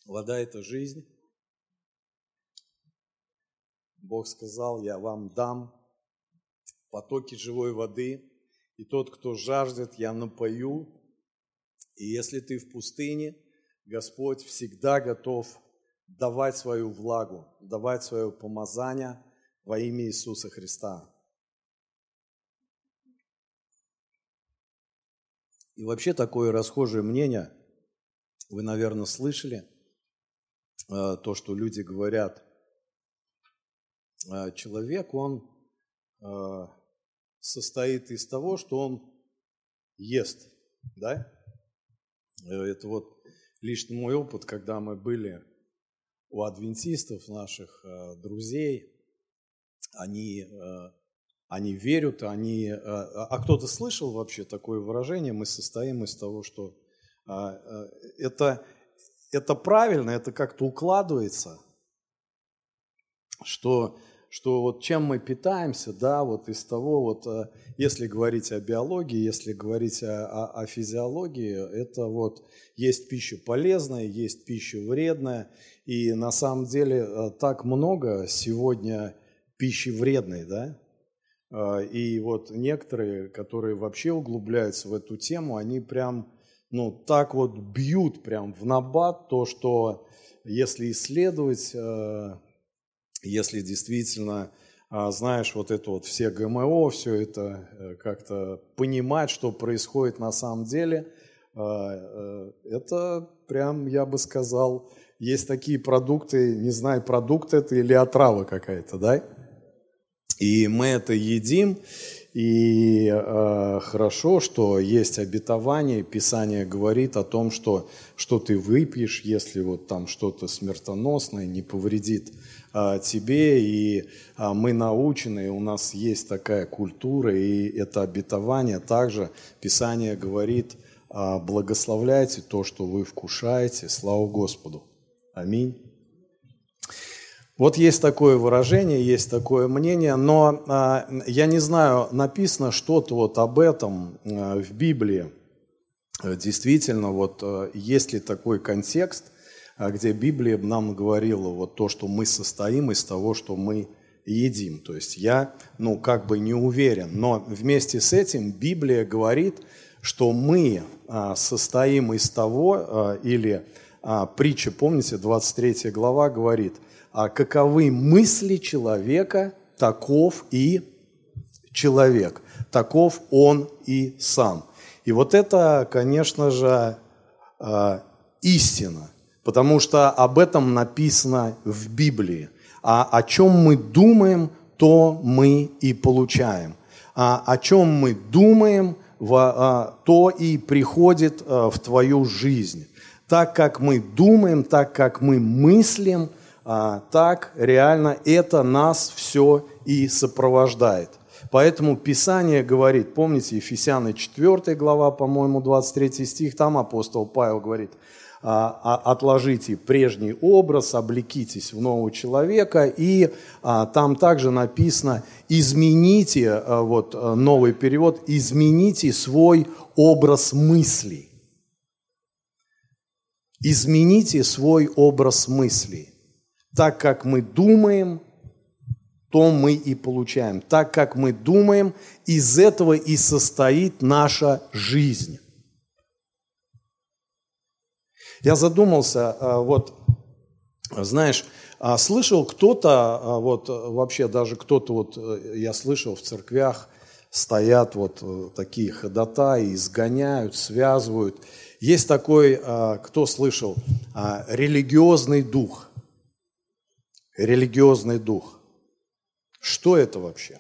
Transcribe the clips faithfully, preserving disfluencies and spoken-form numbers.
Вода – это жизнь. Бог сказал: я вам дам потоки живой воды, и тот, кто жаждет, я напою. И если ты в пустыне, Господь всегда готов давать свою влагу, давать свое помазание во имя Иисуса Христа. И вообще такое расхожее мнение, вы, наверное, слышали, то, что люди говорят: человек, он состоит из того, что он ест, да? Это вот лично мой опыт, когда мы были у адвентистов, наших друзей, они, они верят, они... А кто-то слышал вообще такое выражение: мы состоим из того, что... Это, это правильно, это как-то укладывается, что... что вот чем мы питаемся, да, вот из того, вот, если говорить о биологии, если говорить о, о, о физиологии, это вот есть пища полезная, есть пища вредная, и на самом деле так много сегодня пищи вредной, да, и вот некоторые, которые вообще углубляются в эту тему, они прям, ну, так вот бьют прям в набат то, что если исследовать... Если действительно, знаешь, вот это вот все ГМО, все это как-то понимать, что происходит на самом деле, это прям, я бы сказал, есть такие продукты, не знаю, продукт это или отрава какая-то, да? И мы это едим, и э, хорошо, что есть обетование, Писание говорит о том, что, что ты выпьешь, если вот там что-то смертоносное не повредит э, тебе, и э, мы научены, у нас есть такая культура, и это обетование. Также Писание говорит: э, благословляйте то, что вы вкушаете, слава Господу. Аминь. Вот есть такое выражение, есть такое мнение, но а, я не знаю, написано что-то вот об этом а, в Библии. Действительно, вот а, есть ли такой контекст, а, где Библия нам говорила вот то, что мы состоим из того, что мы едим. То есть я, ну, как бы не уверен, но вместе с этим Библия говорит, что мы а, состоим из того, а, или а, притча, помните, двадцать третья глава говорит: а каковы мысли человека, таков и человек, таков он и сам. И вот это, конечно же, истина, потому что об этом написано в Библии. А о чем мы думаем, то мы и получаем. А о чем мы думаем, то и приходит в твою жизнь. Так как мы думаем, так как мы мыслим, А, так реально это нас все и сопровождает. Поэтому Писание говорит, помните, Ефесяны четвёртая глава, по-моему, двадцать третий стих, там апостол Павел говорит: а, отложите прежний образ, облекитесь в нового человека, и а, там также написано: измените, а, вот новый перевод, измените свой образ мыслей. Измените свой образ мыслей. Так как мы думаем, то мы и получаем. Так как мы думаем, из этого и состоит наша жизнь. Я задумался, вот, знаешь, слышал кто-то, вот вообще даже кто-то, вот я слышал, в церквях стоят вот такие ходатаи, изгоняют, связывают. Есть такой, кто слышал, религиозный дух. Религиозный дух. Что это вообще?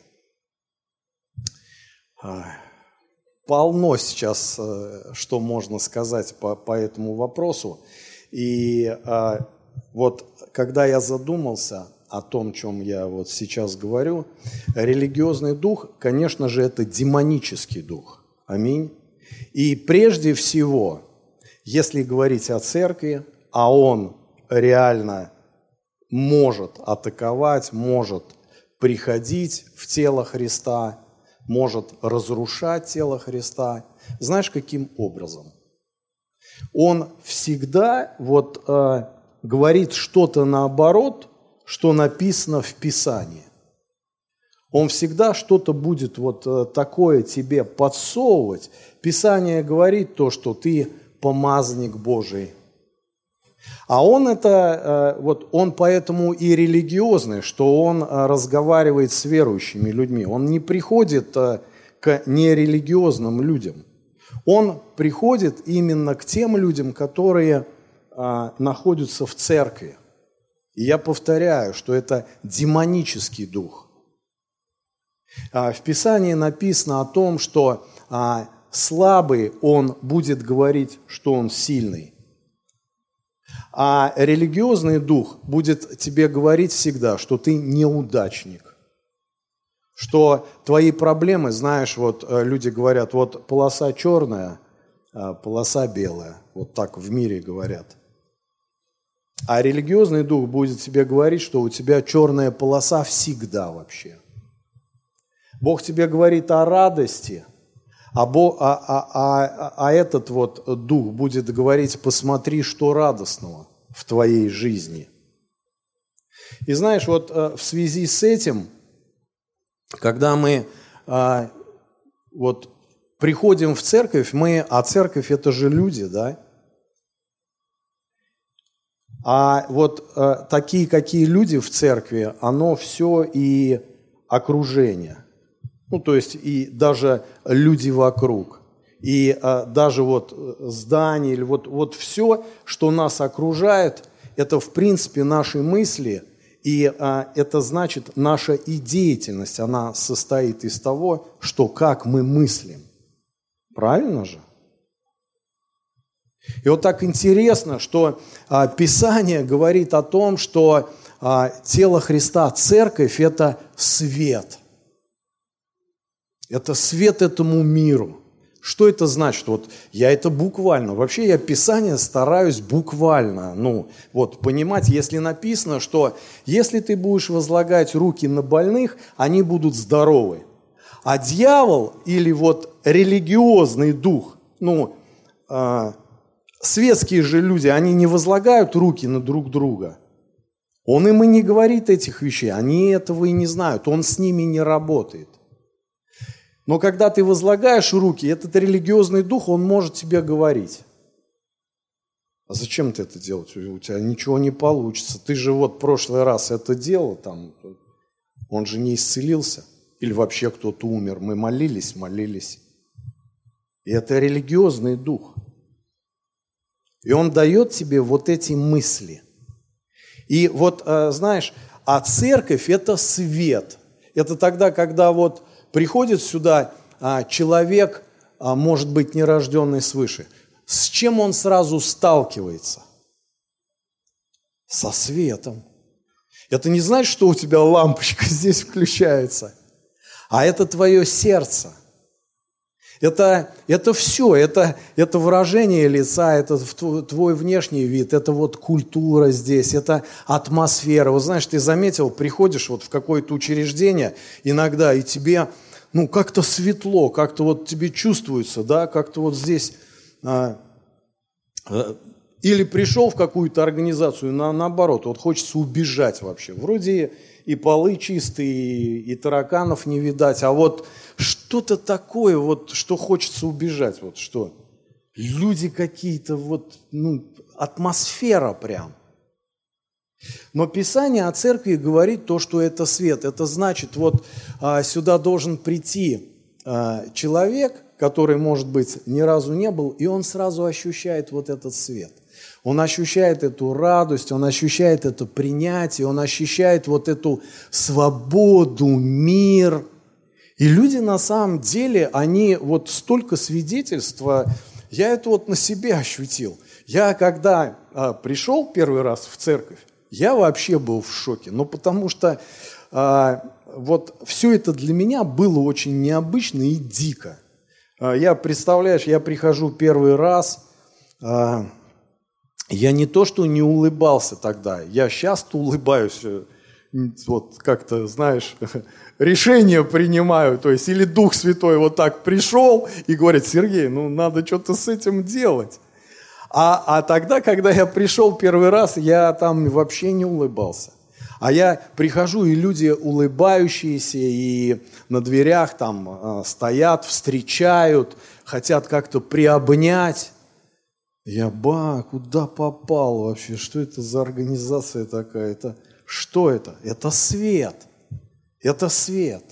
Полно сейчас, что можно сказать по, по этому вопросу. И а, вот когда я задумался о том, о чем я вот сейчас говорю, религиозный дух, конечно же, это демонический дух. Аминь. И прежде всего, если говорить о церкви, а он реально может атаковать, может приходить в тело Христа, может разрушать тело Христа. Знаешь, каким образом? Он всегда вот э, говорит что-то наоборот, что написано в Писании. Он всегда что-то будет вот такое тебе подсовывать. Писание говорит то, что ты помазанник Божий. А он это, вот он поэтому и религиозный, что он разговаривает с верующими людьми. Он не приходит к нерелигиозным людям. Он приходит именно к тем людям, которые находятся в церкви. И я повторяю, что это демонический дух. В Писании написано о том, что слабый он будет говорить, что он сильный. А религиозный дух будет тебе говорить всегда, что ты неудачник. Что твои проблемы, знаешь, вот люди говорят, вот полоса черная, полоса белая. Вот так в мире говорят. А религиозный дух будет тебе говорить, что у тебя черная полоса всегда вообще. Бог тебе говорит о радости, а, Бог, а, а, а, а этот вот дух будет говорить, посмотри, что радостного в твоей жизни. И знаешь, вот в связи с этим, когда мы а, вот приходим в церковь, мы, а церковь это же люди, да? А вот а, такие, какие люди в церкви, оно все и окружение. Ну, то есть и даже люди вокруг, и а, даже вот здания, или вот, вот все, что нас окружает, это в принципе наши мысли, и а, это значит наша и деятельность, она состоит из того, что как мы мыслим. Правильно же? И вот так интересно, что а, Писание говорит о том, что а, тело Христа, церковь – это свет. Это свет этому миру. Что это значит? Вот я это буквально. Вообще я Писание стараюсь буквально, ну, вот понимать, если написано, что если ты будешь возлагать руки на больных, они будут здоровы. А дьявол или вот религиозный дух, ну, э, светские же люди, они не возлагают руки на друг друга. Он им и не говорит этих вещей, они этого и не знают, он с ними не работает. Но когда ты возлагаешь руки, этот религиозный дух, он может тебе говорить. А зачем ты это делать? У тебя ничего не получится. Ты же вот в прошлый раз это делал, там, он же не исцелился. Или вообще кто-то умер. Мы молились, молились. И это религиозный дух. И он дает тебе вот эти мысли. И вот, знаешь, а церковь – это свет. Это тогда, когда вот приходит сюда а, человек, а, может быть, нерожденный свыше. С чем он сразу сталкивается? Со светом. Это не значит, что у тебя лампочка здесь включается, а это твое сердце. Это, это все, это, это выражение лица, это твой внешний вид, это вот культура здесь, это атмосфера. Вот знаешь, ты заметил, приходишь вот в какое-то учреждение иногда, и тебе ну, как-то светло, как-то вот тебе чувствуется, да, как-то вот здесь. А, а, или пришел в какую-то организацию, на, наоборот, вот хочется убежать вообще. Вроде и полы чистые, и, и тараканов не видать, а вот что-то такое, вот, что хочется убежать, вот что. Люди какие-то, вот, ну, атмосфера прям. Но Писание о церкви говорит то, что это свет. Это значит, вот а, сюда должен прийти а, человек, который, может быть, ни разу не был, и он сразу ощущает вот этот свет. Он ощущает эту радость, он ощущает это принятие, он ощущает вот эту свободу, мир. И люди на самом деле, они вот столько свидетельства, я это вот на себе ощутил. Я когда а, пришел первый раз в церковь, я вообще был в шоке, ну потому что а, вот все это для меня было очень необычно и дико. А, я, представляешь, я прихожу первый раз, а, я не то что не улыбался тогда, я сейчас-то улыбаюсь, вот как-то, знаешь, решение принимаю, то есть или Дух Святой вот так пришел и говорит: Сергей, ну надо что-то с этим делать. А, а тогда, когда я пришел первый раз, я там вообще не улыбался. А я прихожу, и люди улыбающиеся, и на дверях там э, стоят, встречают, хотят как-то приобнять. Я, ба, куда попал вообще? Что это за организация такая? Это, что это? Это свет. Это свет.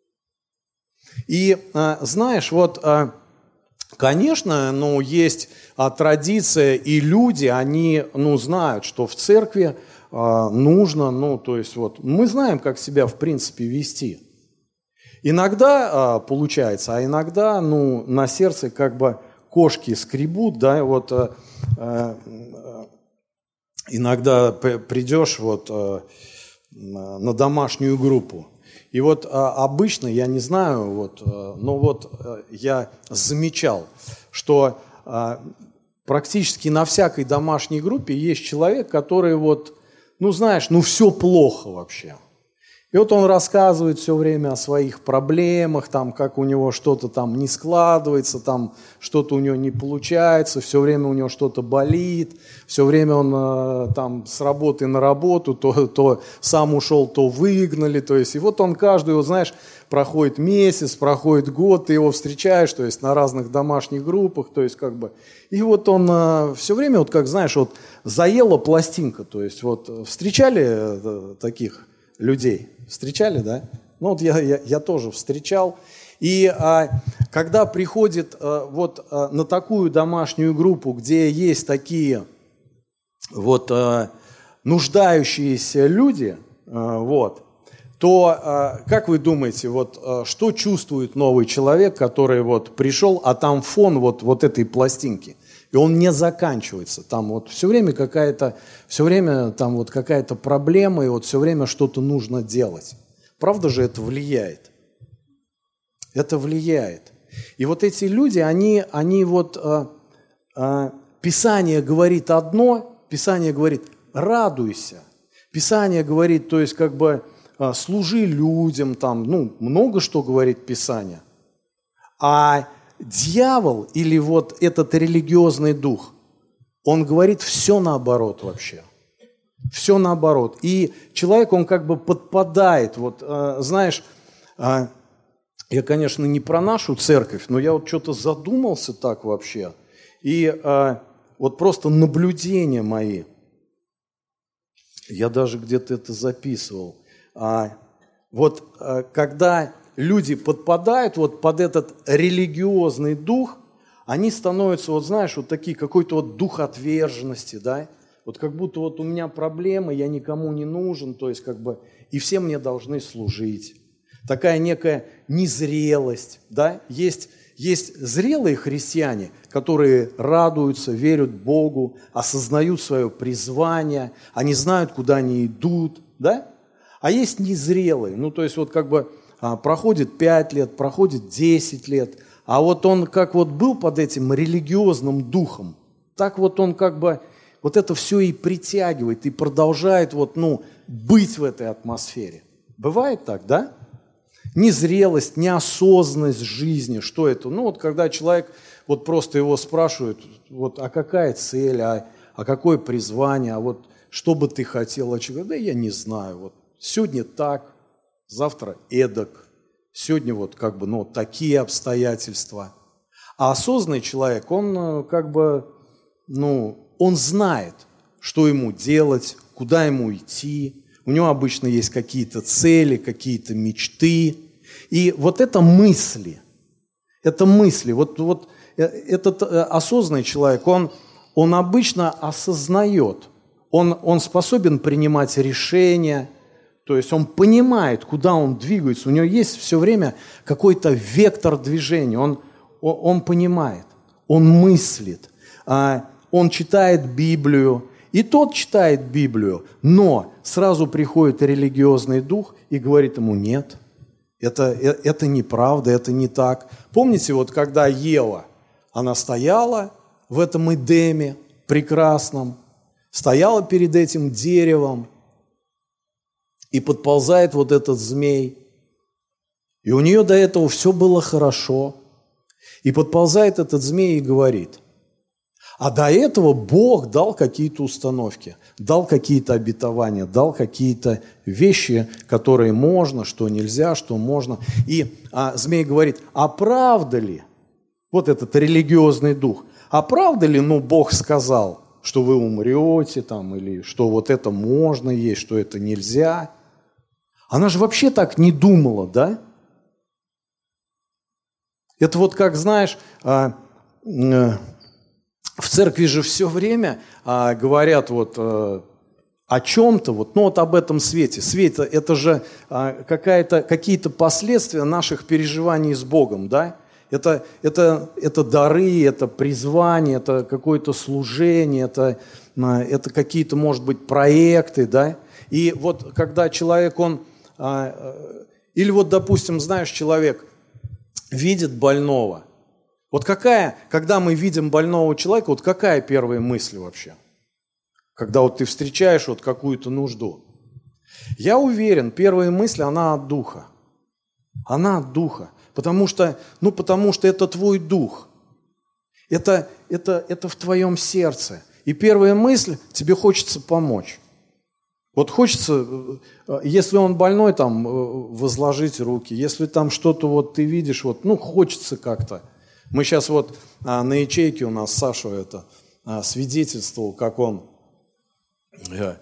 И э, знаешь, вот, э, конечно, ну, есть э, традиция, и люди, они, ну, знают, что в церкви нужно, ну, то есть вот мы знаем, как себя в принципе вести. Иногда э, получается, а иногда, ну, на сердце как бы кошки скребут, да, вот э, э, иногда придешь вот э, на домашнюю группу, и вот э, обычно, я не знаю, вот, э, но вот э, я замечал, что э, практически на всякой домашней группе есть человек, который вот, ну, знаешь, ну, все плохо вообще. И вот он рассказывает все время о своих проблемах, там, как у него что-то там не складывается, там, что-то у него не получается, все время у него что-то болит, все время он э, там с работы на работу, то, то сам ушел, то выгнали, то есть, и вот он каждый, вот, знаешь, проходит месяц, проходит год, ты его встречаешь, то есть, на разных домашних группах, то есть, как бы, и вот он э, все время, вот, как, знаешь, вот, заела пластинка, то есть, вот, встречали э, таких людей? Встречали, да? Ну вот я, я, я тоже встречал. И а, когда приходит а, вот а, на такую домашнюю группу, где есть такие вот а, нуждающиеся люди, а, вот, то а, как вы думаете, вот а, что чувствует новый человек, который вот пришел, а там фон вот, вот этой пластинки? И он не заканчивается. Там вот все время какая-то, все время там вот какая-то проблема, и вот все время что-то нужно делать. Правда же это влияет? Это влияет. И вот эти люди, они, они вот, а, а, Писание говорит одно, Писание говорит, радуйся. Писание говорит, то есть как бы а, служи людям, там, ну, много что говорит Писание. А дьявол или вот этот религиозный дух, он говорит все наоборот вообще. Все наоборот. И человек, он как бы подпадает. Вот, э, знаешь, э, я, конечно, не про нашу церковь, но я вот что-то задумался так вообще. И э, вот просто наблюдения мои, я даже где-то это записывал. А, вот э, когда люди подпадают вот под этот религиозный дух, они становятся, вот знаешь, вот такие, какой-то вот дух отверженности, да, вот как будто вот у меня проблемы, я никому не нужен, то есть как бы, и все мне должны служить. Такая некая незрелость, да, есть, есть зрелые христиане, которые радуются, верят Богу, осознают свое призвание, они знают, куда они идут, да, а есть незрелые, ну, то есть вот как бы, проходит пять лет, проходит десять лет, а вот он как вот был под этим религиозным духом, так вот он как бы вот это все и притягивает, и продолжает вот, ну, быть в этой атмосфере. Бывает так, да? Незрелость, неосознанность жизни, что это? Ну вот когда человек, вот просто его спрашивают, вот, а какая цель, а, а какое призвание, а вот что бы ты хотел? А человек говорит, да я не знаю, вот сегодня так, завтра эдак, сегодня вот как бы, ну, такие обстоятельства. А осознанный человек, он как бы, ну, он знает, что ему делать, куда ему идти. У него обычно есть какие-то цели, какие-то мечты. И вот это мысли, это мысли. Вот, вот этот осознанный человек, он, он обычно осознает, он, он способен принимать решения. То есть он понимает, куда он двигается, у него есть все время какой-то вектор движения, он, он, он понимает, он мыслит, он читает Библию, и тот читает Библию, но сразу приходит религиозный дух и говорит ему, нет, это, это неправда, это не так. Помните, вот когда Ева, она стояла в этом Эдеме прекрасном, стояла перед этим деревом, и подползает вот этот змей. И у нее до этого все было хорошо. И подползает этот змей и говорит, А до этого Бог дал какие-то установки, дал какие-то обетования, дал какие-то вещи, которые можно, что нельзя, что можно. И а, змей говорит, а правда ли, вот этот религиозный дух, а правда ли, ну, Бог сказал, что вы умрете там, или что вот это можно есть, что это нельзя? Она же вообще так не думала, да? Это вот как, знаешь, а, а, в церкви же все время а, говорят вот а, о чем-то, вот, ну вот об этом свете. Свет – это же а, какая-то, какие-то последствия наших переживаний с Богом, да? Это, это, это дары, это призвание, это какое-то служение, это, а, это какие-то, может быть, проекты, да? И вот когда человек, он… А, или вот, допустим, знаешь, человек видит больного. Вот какая, когда мы видим больного человека, вот какая первая мысль вообще? Когда вот ты встречаешь вот какую-то нужду. Я уверен, первая мысль, она от духа. Она от духа. Потому что, ну, потому что это твой дух. Это, это, это в твоем сердце. И первая мысль, тебе хочется помочь. Вот хочется, если он больной, там, возложить руки. Если там что-то вот ты видишь, вот, ну, хочется как-то. Мы сейчас вот а, на ячейке у нас Саша это а, свидетельствовал, как он а,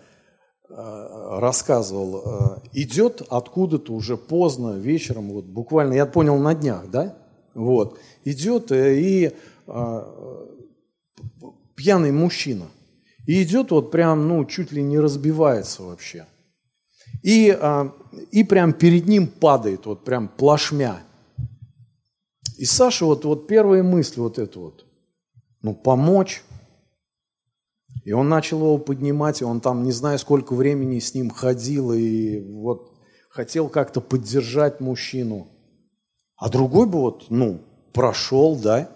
а, рассказывал. А, идет откуда-то уже поздно, вечером, вот буквально, я понял, на днях, да? Вот, идет и а, пьяный мужчина. И идет вот прям, ну, чуть ли не разбивается вообще. И, а, и прям перед ним падает, вот прям плашмя. И Саша, вот, вот первая мысль вот эта вот, ну, помочь. И он начал его поднимать, и он там не знаю сколько времени с ним ходил, и вот хотел как-то поддержать мужчину. А другой бы вот, ну, прошел, да.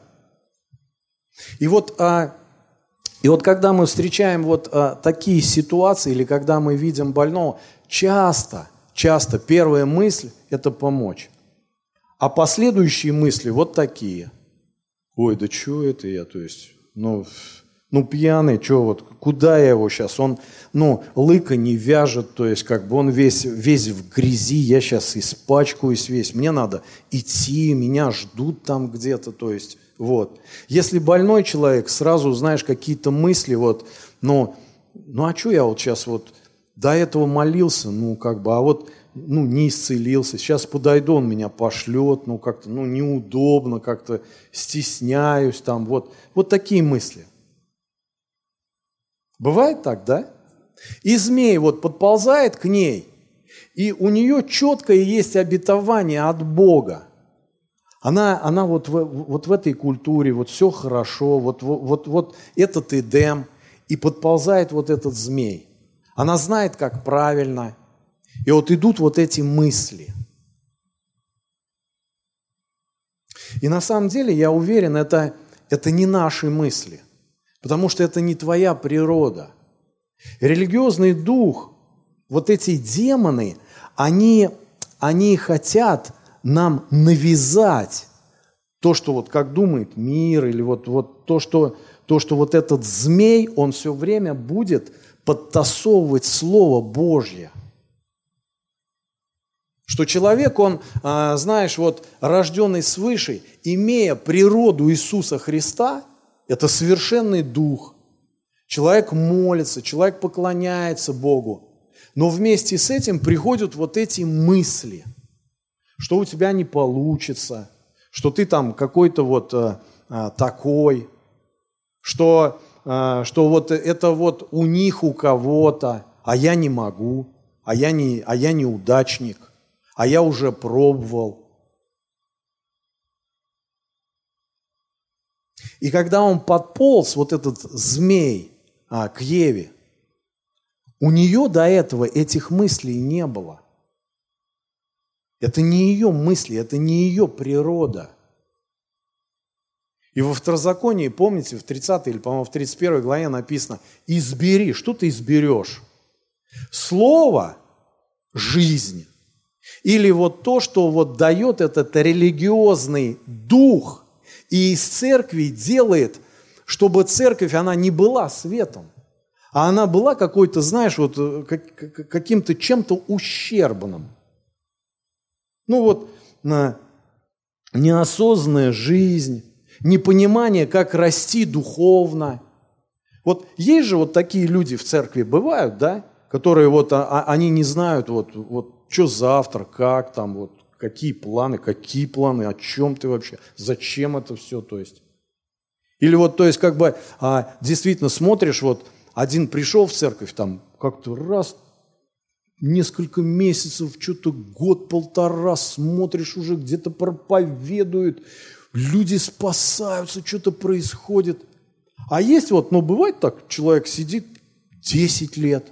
И вот, а, и вот когда мы встречаем вот а, такие ситуации, или когда мы видим больного, часто, часто первая мысль – это помочь. А последующие мысли вот такие. Ой, да что это я, то есть, ну, ну пьяный, что вот, куда я его сейчас? Он, ну, лыка не вяжет, то есть, как бы он весь, весь в грязи, я сейчас испачкаюсь весь, мне надо идти, меня ждут там где-то, то есть, вот. Если больной человек, сразу, знаешь, какие-то мысли, вот, ну, ну а что я вот сейчас вот до этого молился, ну, как бы, а вот… ну, не исцелился, сейчас подойду, он меня пошлет, ну, как-то, ну, неудобно, как-то стесняюсь, там, вот, вот такие мысли. Бывает так, да? И змей вот подползает к ней, и у нее четкое есть обетование от Бога. Она, она вот, в, вот в этой культуре, вот все хорошо, вот, вот, вот этот Эдем, и подползает вот этот змей. Она знает, как правильно. И вот идут вот эти мысли. И на самом деле, я уверен, это, это не наши мысли, потому что это не твоя природа. Религиозный дух, вот эти демоны, они, они хотят нам навязать то, что вот как думает мир, или вот, вот то, что, то, что вот этот змей, он все время будет подтасовывать Слово Божье. Что человек, он, знаешь, вот рожденный свыше, имея природу Иисуса Христа, это совершенный дух. Человек молится, человек поклоняется Богу. Но вместе с этим приходят вот эти мысли, что у тебя не получится, что ты там какой-то вот а, такой, что, а, что вот это вот у них, у кого-то, а я не могу, а я не, а я неудачник. А я уже пробовал. И когда он подполз, вот этот змей, а, к Еве, у нее до этого этих мыслей не было. Это не ее мысли, это не ее природа. И во Второзаконии, помните, в тридцатой или, по-моему, в тридцать первой главе написано: «Избери». Что ты изберешь? Слово – жизнь. Или вот то, что вот дает этот религиозный дух и из церкви делает, чтобы церковь, она не была светом, а она была какой-то, знаешь, вот каким-то чем-то ущербным. Ну вот неосознанная жизнь, непонимание, как расти духовно. Вот есть же вот такие люди в церкви, бывают, да, которые вот, а, они не знают, вот, вот, что завтра, как там, вот, какие планы, какие планы, о чем ты вообще, зачем это все, то есть. Или вот, то есть, как бы, а, действительно смотришь, вот, один пришел в церковь, там, как-то раз, несколько месяцев, что-то год-полтора, смотришь, уже где-то проповедует, люди спасаются, что-то происходит. А есть вот, ну, бывает так, человек сидит десять лет,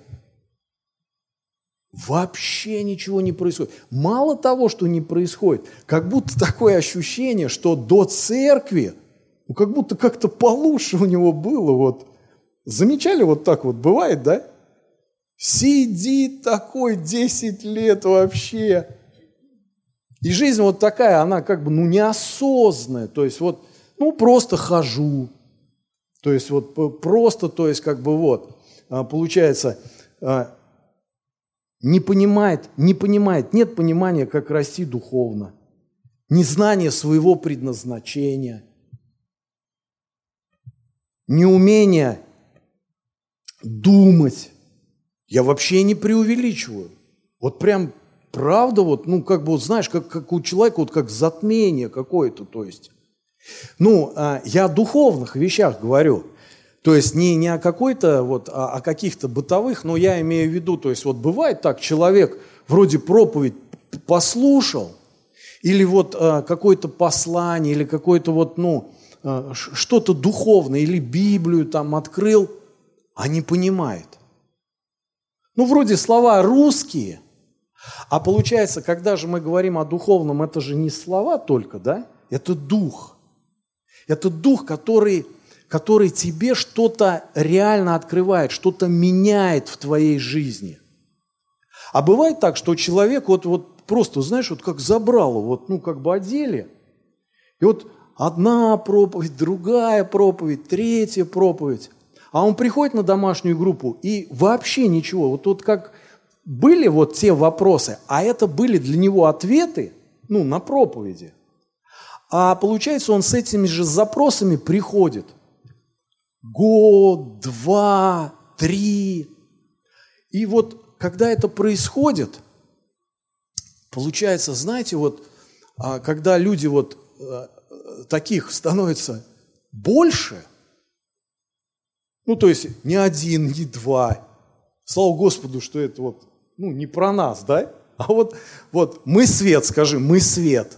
вообще ничего не происходит. Мало того, что не происходит, как будто такое ощущение, что до церкви, ну, как будто как-то получше у него было. Вот. Замечали, вот так вот бывает, да? Сидит такой десять лет вообще. И жизнь вот такая, она как бы, ну, неосознанная. То есть вот, ну, просто хожу. То есть вот просто, то есть как бы вот, получается, не понимает, не понимает, нет понимания, как расти духовно, незнание своего предназначения, неумение думать. Я вообще не преувеличиваю. Вот прям правда, вот, ну, как бы, вот, знаешь, как, как у человека, вот как затмение какое-то, то есть. Ну, я о духовных вещах говорю, то есть не, не о какой-то, вот, а о каких-то бытовых, но я имею в виду, то есть вот бывает так, человек вроде проповедь послушал, или вот какое-то послание, или какое-то вот, ну, что-то духовное, или Библию там открыл, а не понимает. Ну, вроде слова русские, а получается, когда же мы говорим о духовном, это же не слова только, да? Это дух. Это дух, который, который тебе что-то реально открывает, что-то меняет в твоей жизни. А бывает так, что человек вот, вот просто, знаешь, вот как забрало, вот, ну, как бы одели, и вот одна проповедь, другая проповедь, третья проповедь, а он приходит на домашнюю группу и вообще ничего, вот, вот как были вот те вопросы, а это были для него ответы, ну, на проповеди. А получается, он с этими же запросами приходит. Год, два, три. И вот, когда это происходит, получается, знаете, вот, когда люди вот таких становится больше, ну, то есть не один, не два, слава Господу, что это вот, ну, не про нас, да? А вот, вот мы свет, скажи, мы свет.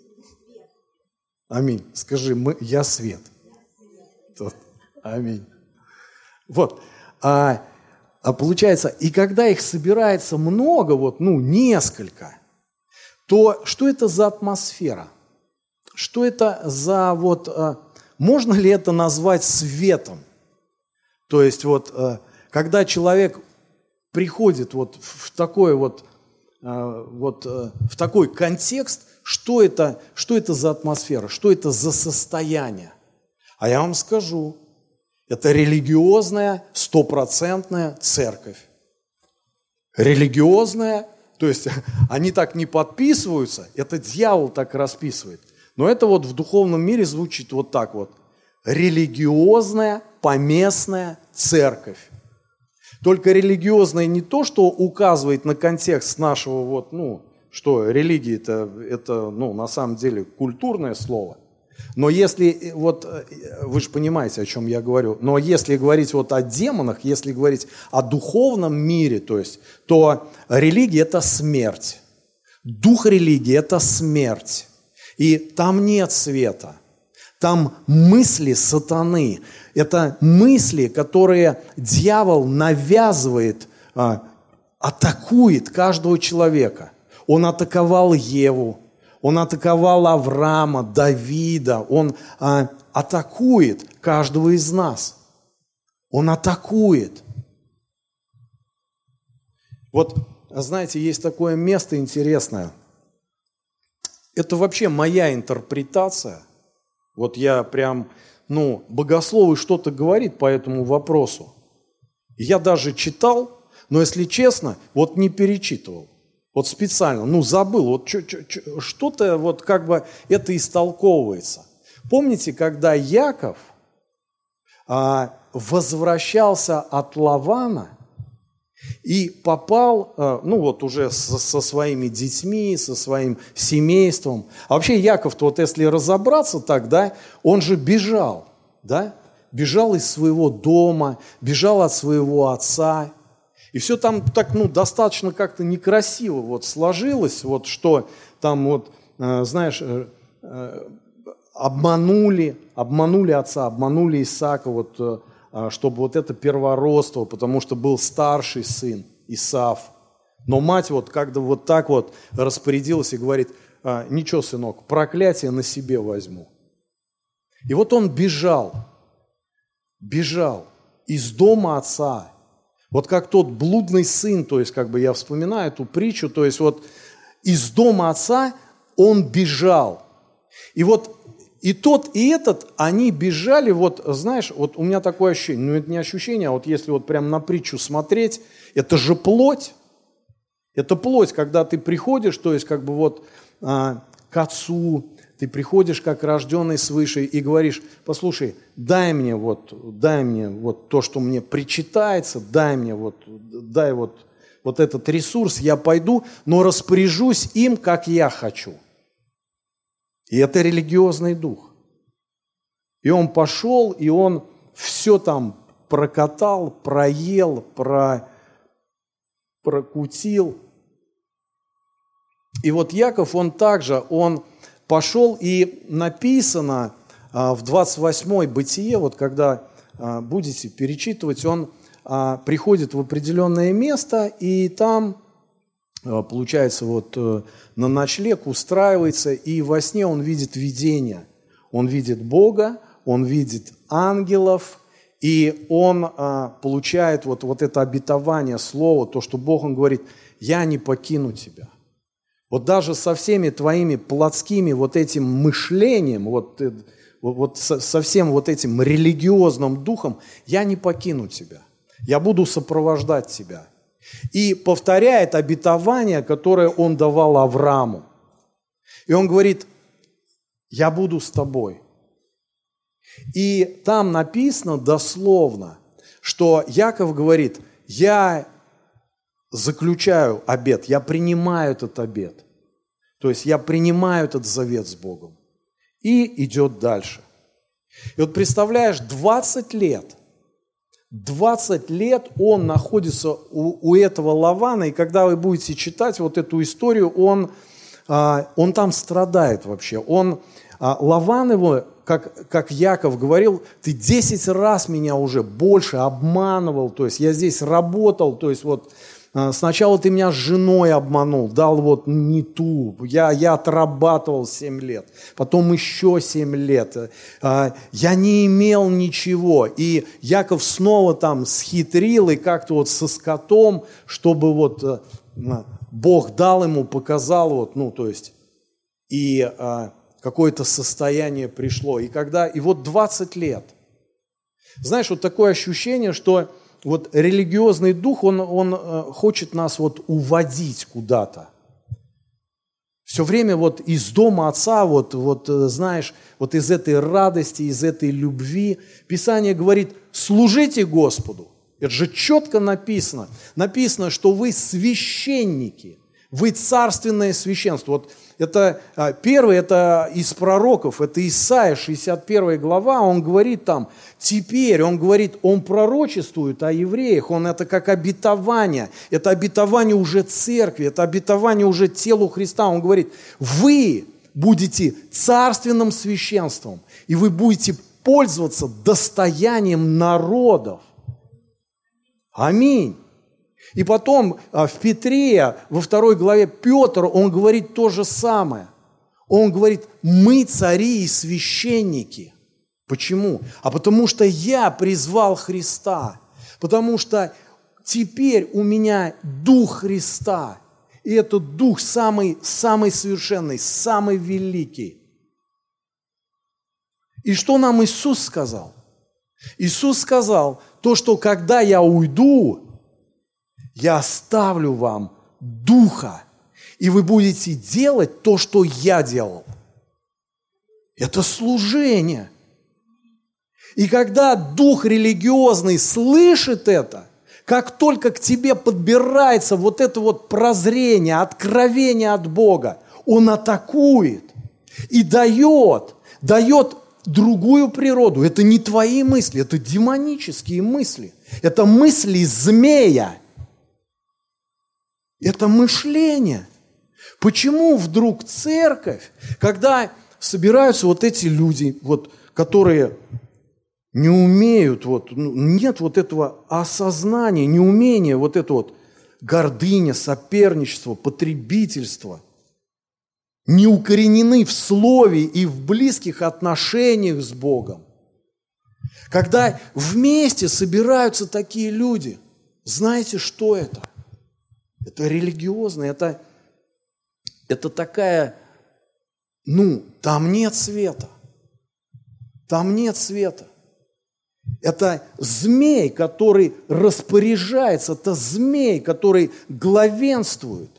Аминь. Скажи, мы, я свет. Тут. Аминь. Вот. А, а получается, и когда их собирается много, вот, ну, несколько, то что это за атмосфера? Что это за вот, а, можно ли это назвать светом? То есть вот, а, когда человек приходит вот в такой вот, а, вот а, в такой контекст, Что это, что это за атмосфера, что это за состояние? А я вам скажу, это религиозная, стопроцентная церковь. Религиозная, то есть они так не подписываются, это дьявол так расписывает. Но это вот в духовном мире звучит вот так вот. Религиозная, поместная церковь. Только религиозная не то, что указывает на контекст нашего вот, ну, что религия это, это, ну, на самом деле культурное слово. Но если, вот, вы же понимаете, о чем я говорю, но если говорить вот о демонах, если говорить о духовном мире, то есть, то религия – это смерть. Дух религии – это смерть. И там нет света. Там мысли сатаны. Это мысли, которые дьявол навязывает, атакует каждого человека. Он атаковал Еву, он атаковал Авраама, Давида, он а, атакует каждого из нас. Он атакует. Вот, знаете, есть такое место интересное. Это вообще моя интерпретация. Вот я прям, ну, богословы что-то говорит по этому вопросу. Я даже читал, но, если честно, вот не перечитывал. Вот специально, ну, забыл. Вот что-то вот как бы это истолковывается. Помните, когда Яков а, возвращался от Лавана и попал, а, ну, вот уже со, со своими детьми, со своим семейством. А вообще Яков-то, вот если разобраться тогда, он же бежал, да? Бежал из своего дома, бежал от своего отца. И все там так, ну, достаточно как-то некрасиво вот сложилось, вот что там вот, э, знаешь, э, э, обманули, обманули отца, обманули Исаака, вот, э, чтобы вот это первородство, потому что был старший сын Исав. Но мать вот как-то вот так вот распорядилась и говорит: э, ничего, сынок, проклятие на себе возьму. И вот он бежал. Бежал из дома отца, вот как тот блудный сын, то есть как бы я вспоминаю эту притчу, то есть вот из дома отца он бежал. И вот и тот, и этот, они бежали, вот знаешь, вот у меня такое ощущение, ну это не ощущение, а вот если вот прям на притчу смотреть, это же плоть, это плоть, когда ты приходишь, то есть как бы вот а, к отцу, ты приходишь как рожденный свыше и говоришь: послушай, дай мне вот, дай мне вот то, что мне причитается, дай мне вот, дай вот, вот этот ресурс, я пойду, но распоряжусь им, как я хочу. И это религиозный дух. И он пошел, и он все там прокатал, проел, про, прокутил. И вот Яков, он также, он пошел, и написано а, в двадцать восьмой Бытие, вот когда а, будете перечитывать, он а, приходит в определенное место, и там, а, получается, вот а, на ночлег устраивается, и во сне он видит видение. Он видит Бога, он видит ангелов, и он а, получает вот, вот это обетование, слово, то, что Бог, он говорит: я не покину тебя. Вот даже со всеми твоими плотскими вот этим мышлением, вот, вот со, со всем вот этим религиозным духом, я не покину тебя. Я буду сопровождать тебя. И повторяет обетование, которое он давал Аврааму. И он говорит: я буду с тобой. И там написано дословно, что Яков говорит: я заключаю обет, я принимаю этот обет. То есть я принимаю этот завет с Богом. И идет дальше. И вот представляешь, двадцать лет, двадцать лет он находится у, у этого Лавана, и когда вы будете читать вот эту историю, он, он там страдает вообще. Он, Лаван его, как, как Яков говорил: ты десять раз меня уже больше обманывал, то есть я здесь работал, то есть вот сначала ты меня с женой обманул, дал вот не ту, я, я отрабатывал семь лет, потом еще семь лет, я не имел ничего. И Яков снова там схитрил и как-то вот со скотом, чтобы вот Бог дал ему, показал, вот, ну то есть, и какое-то состояние пришло. И когда, и вот двадцать лет, знаешь, вот такое ощущение, что вот религиозный дух, он, он э, хочет нас вот уводить куда-то. Все время вот из дома отца, вот, вот э, знаешь, вот из этой радости, из этой любви. Писание говорит: служите Господу. Это же четко написано. Написано, что вы священники, вы царственное священство. Вот это первый, это из пророков, это Исайя, шестьдесят первая глава, он говорит там, теперь, он говорит, он пророчествует о евреях, он это как обетование, это обетование уже церкви, это обетование уже телу Христа. Он говорит: вы будете царственным священством, и вы будете пользоваться достоянием народов. Аминь. И потом в Петре, во второй главе Петр, он говорит то же самое. Он говорит: мы цари и священники. Почему? А потому что я призвал Христа. Потому что теперь у меня Дух Христа. И этот Дух самый, самый совершенный, самый великий. И что нам Иисус сказал? Иисус сказал, то, что когда я уйду, я оставлю вам Духа, и вы будете делать то, что я делал. Это служение. И когда дух религиозный слышит это, как только к тебе подбирается вот это вот прозрение, откровение от Бога, он атакует и дает, дает другую природу. Это не твои мысли, это демонические мысли. Это мысли змея. Это мышление. Почему вдруг церковь, когда собираются вот эти люди, вот, которые не умеют, вот, ну, нет вот этого осознания, неумения, вот это вот гордыня, соперничество, потребительство, не укоренены в слове и в близких отношениях с Богом. Когда вместе собираются такие люди, знаете, что это? Это религиозно, это, это такая, ну, там нет света. Там нет света. Это змей, который распоряжается, это змей, который главенствует.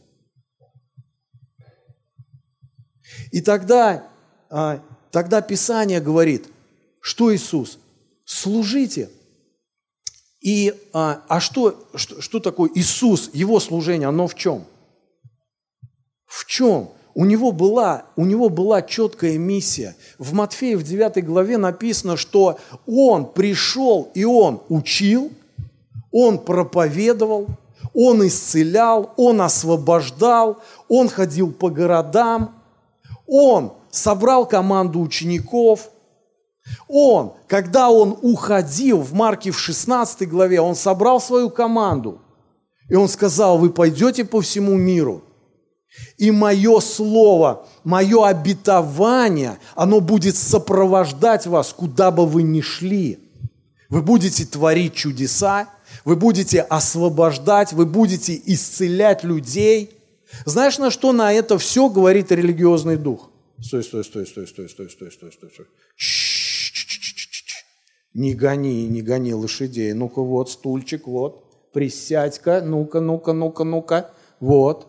И тогда, тогда Писание говорит, что Иисус? Служите. И, а, а что, что, что такое Иисус, Его служение, оно в чем? В чем? У него была, у него была четкая миссия. В Матфея в девятой главе написано, что Он пришел и Он учил, Он проповедовал, Он исцелял, Он освобождал, Он ходил по городам, Он собрал команду учеников. Он, когда он уходил в Марке в шестнадцатой главе, он собрал свою команду. И он сказал, вы пойдете по всему миру. И мое слово, мое обетование, оно будет сопровождать вас, куда бы вы ни шли. Вы будете творить чудеса, вы будете освобождать, вы будете исцелять людей. Знаешь, на что на это все говорит религиозный дух? Стой, стой, стой, стой, стой, стой, стой, стой, стой, стой. Не гони, не гони лошадей. Ну-ка, вот стульчик, вот. Присядь-ка, ну-ка, ну-ка, ну-ка, ну-ка. Вот.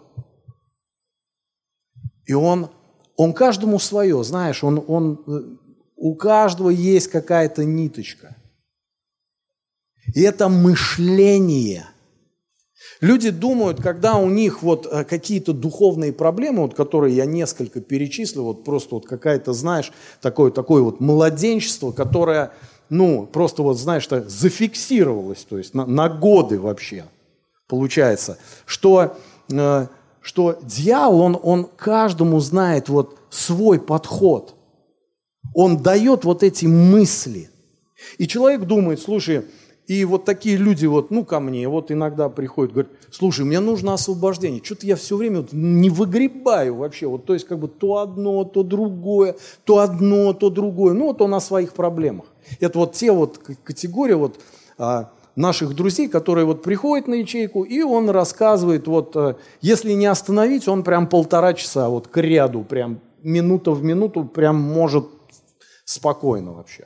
И он, он каждому свое, знаешь, он, он, у каждого есть какая-то ниточка. И это мышление. Люди думают, когда у них вот какие-то духовные проблемы, вот, которые я несколько перечислил, вот просто вот какая-то, знаешь, такое, такое вот младенчество, которое... Ну, просто вот, знаешь, так зафиксировалось, то есть на, на годы вообще получается, что, э, что дьявол, он, он каждому знает вот свой подход. Он дает вот эти мысли. И человек думает, слушай, и вот такие люди вот, ну, ко мне вот иногда приходят, говорят, слушай, мне нужно освобождение, что-то я все время вот не выгребаю вообще, вот, то есть как бы то одно, то другое, то одно, то другое, ну, вот он о своих проблемах. Это вот те вот категории вот а, наших друзей, которые вот приходят на ячейку, и он рассказывает, вот, а, если не остановить, он прям полтора часа вот к ряду, прям минута в минуту, прям может спокойно вообще.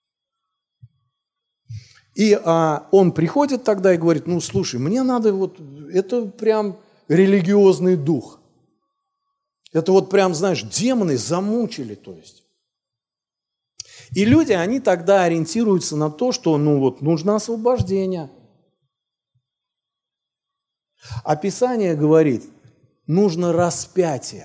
И а, он приходит тогда и говорит, ну, слушай, мне надо вот, это прям религиозный дух. Это вот прям, знаешь, демоны замучили, то есть. И люди, они тогда ориентируются на то, что, ну, вот, нужно освобождение. А Писание говорит, нужно распятие.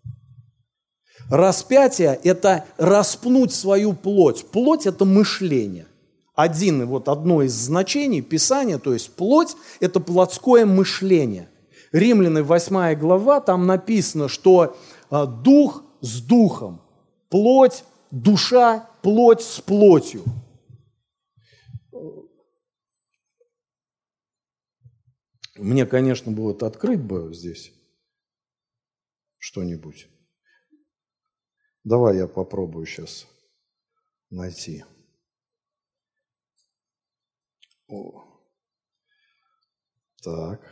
Распятие – это распнуть свою плоть. Плоть – это мышление. Один, вот одно из значений Писания, то есть плоть – это плотское мышление. Римляны восьмая глава, там написано, что а, дух с духом, плоть, душа, плоть с плотью. Мне, конечно, было это открыть бы здесь что-нибудь. Давай я попробую сейчас найти. О. Так.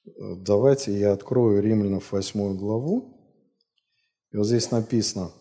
Давайте я открою Римлянам восьмую главу. И вот здесь написано.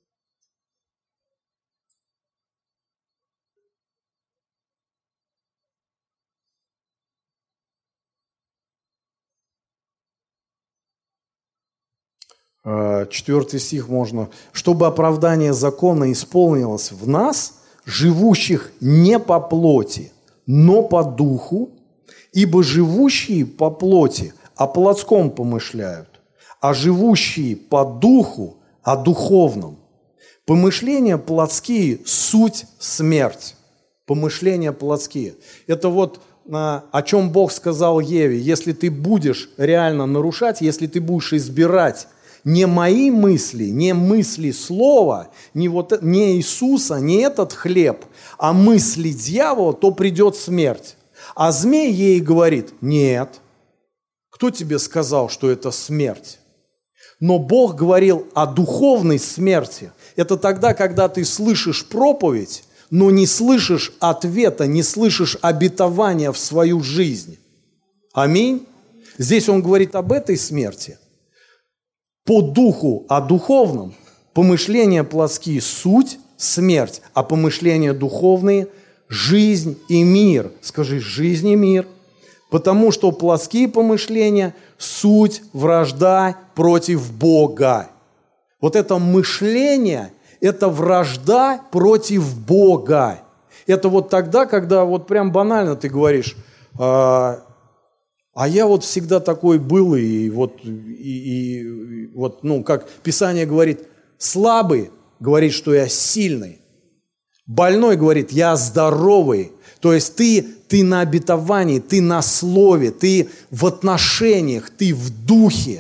Четвертый стих можно. «Чтобы оправдание закона исполнилось в нас, живущих не по плоти, но по духу, ибо живущие по плоти о плотском помышляют, а живущие по духу о духовном. Помышления плотские – суть смерть». Помышления плотские. Это вот о чем Бог сказал Еве. Если ты будешь реально нарушать, если ты будешь избирать не мои мысли, не мысли слова, не, вот, не Иисуса, не этот хлеб, а мысли дьявола, то придет смерть. А змей ей говорит: нет, кто тебе сказал, что это смерть? Но Бог говорил о духовной смерти. Это тогда, когда ты слышишь проповедь, но не слышишь ответа, не слышишь обетования в свою жизнь. Аминь. Здесь он говорит об этой смерти. По духу о духовном, помышления плотские – суть, смерть, а помышления духовные – жизнь и мир. Скажи: жизнь и мир. Потому что плотские помышления – суть, вражда против Бога. Вот это мышление – это вражда против Бога. Это вот тогда, когда вот прям банально ты говоришь: а, а я вот всегда такой был, и вот, и, и, вот, ну, как Писание говорит, слабый говорит, что я сильный. Больной говорит: я здоровый. То есть ты, ты на обетовании, ты на слове, ты в отношениях, ты в духе.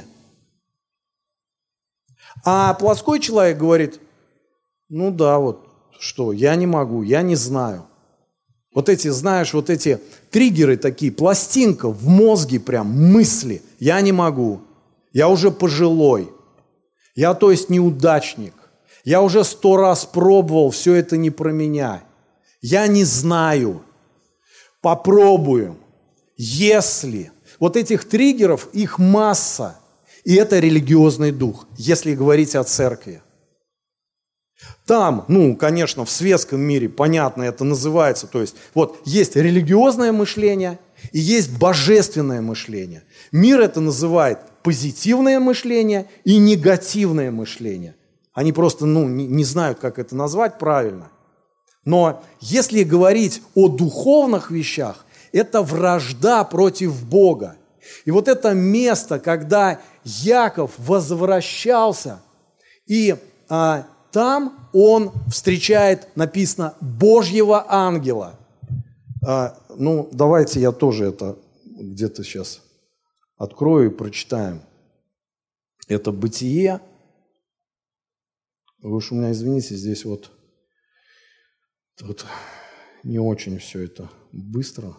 А плотской человек говорит: ну да, вот что, я не могу, я не знаю. Вот эти, знаешь, вот эти триггеры такие, пластинка в мозге прям, мысли. Я не могу, я уже пожилой, я, то есть, неудачник. Я уже сто раз пробовал, все это не про меня. Я не знаю. Попробуем. Если. Вот этих триггеров, их масса. И это религиозный дух, если говорить о церкви. Там, ну, конечно, в светском мире, понятно, это называется, то есть, вот, есть религиозное мышление и есть божественное мышление. Мир это называет позитивное мышление и негативное мышление. Они просто, ну, не, не знают, как это назвать правильно. Но если говорить о духовных вещах, это вражда против Бога. И вот это место, когда Яков возвращался, и а, там он встречает, написано, Божьего ангела. А, ну, давайте я тоже это где-то сейчас открою и прочитаем. Это Бытие. Вы уж у меня извините, здесь вот, вот не очень все это быстро.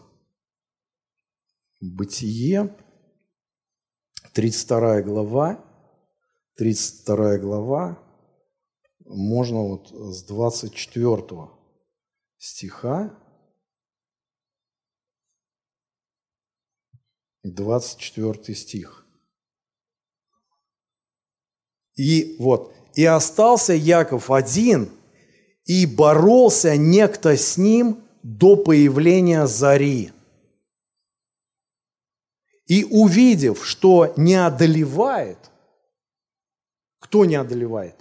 Бытие, тридцать вторая глава, тридцать вторая глава, можно вот с двадцать четвёртого стиха, двадцать четвёртый стих. И вот, «И остался Яков один, и боролся некто с ним до появления зари. И увидев, что не одолевает», кто не одолевает?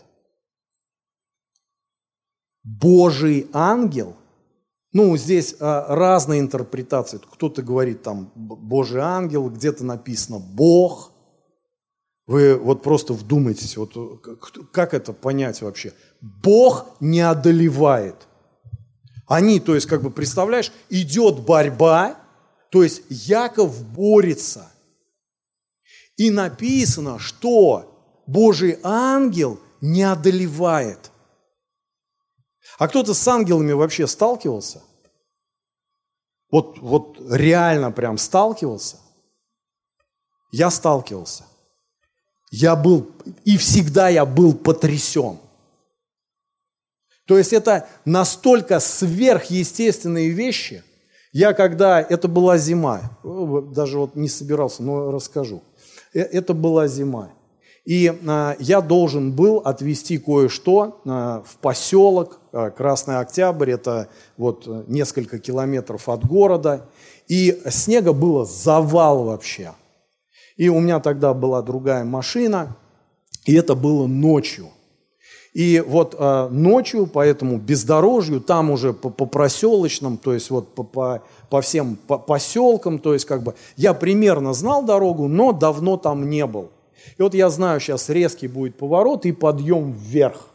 Божий ангел. Ну, здесь а, разные интерпретации. Кто-то говорит там Божий ангел, где-то написано Бог. Вы вот просто вдумайтесь, вот как это понять вообще? Бог не одолевает. Они, то есть, как бы, представляешь, идет борьба, то есть Яков борется. И написано, что Божий ангел не одолевает. А кто-то с ангелами вообще сталкивался? Вот, вот реально прям сталкивался? Я сталкивался. Я был, и всегда я был потрясен. То есть это настолько сверхъестественные вещи. Я когда, это была зима, даже вот не собирался, но расскажу. Это была зима. И а, я должен был отвезти кое-что а, в поселок а, Красный Октябрь, это вот несколько километров от города. И снега было завал вообще. И у меня тогда была другая машина, и это было ночью. И вот э, ночью по этому бездорожью, там уже по, по проселочным, то есть вот по, по, по всем по, поселкам, то есть как бы я примерно знал дорогу, но давно там не был. И вот я знаю, сейчас резкий будет поворот и подъем вверх.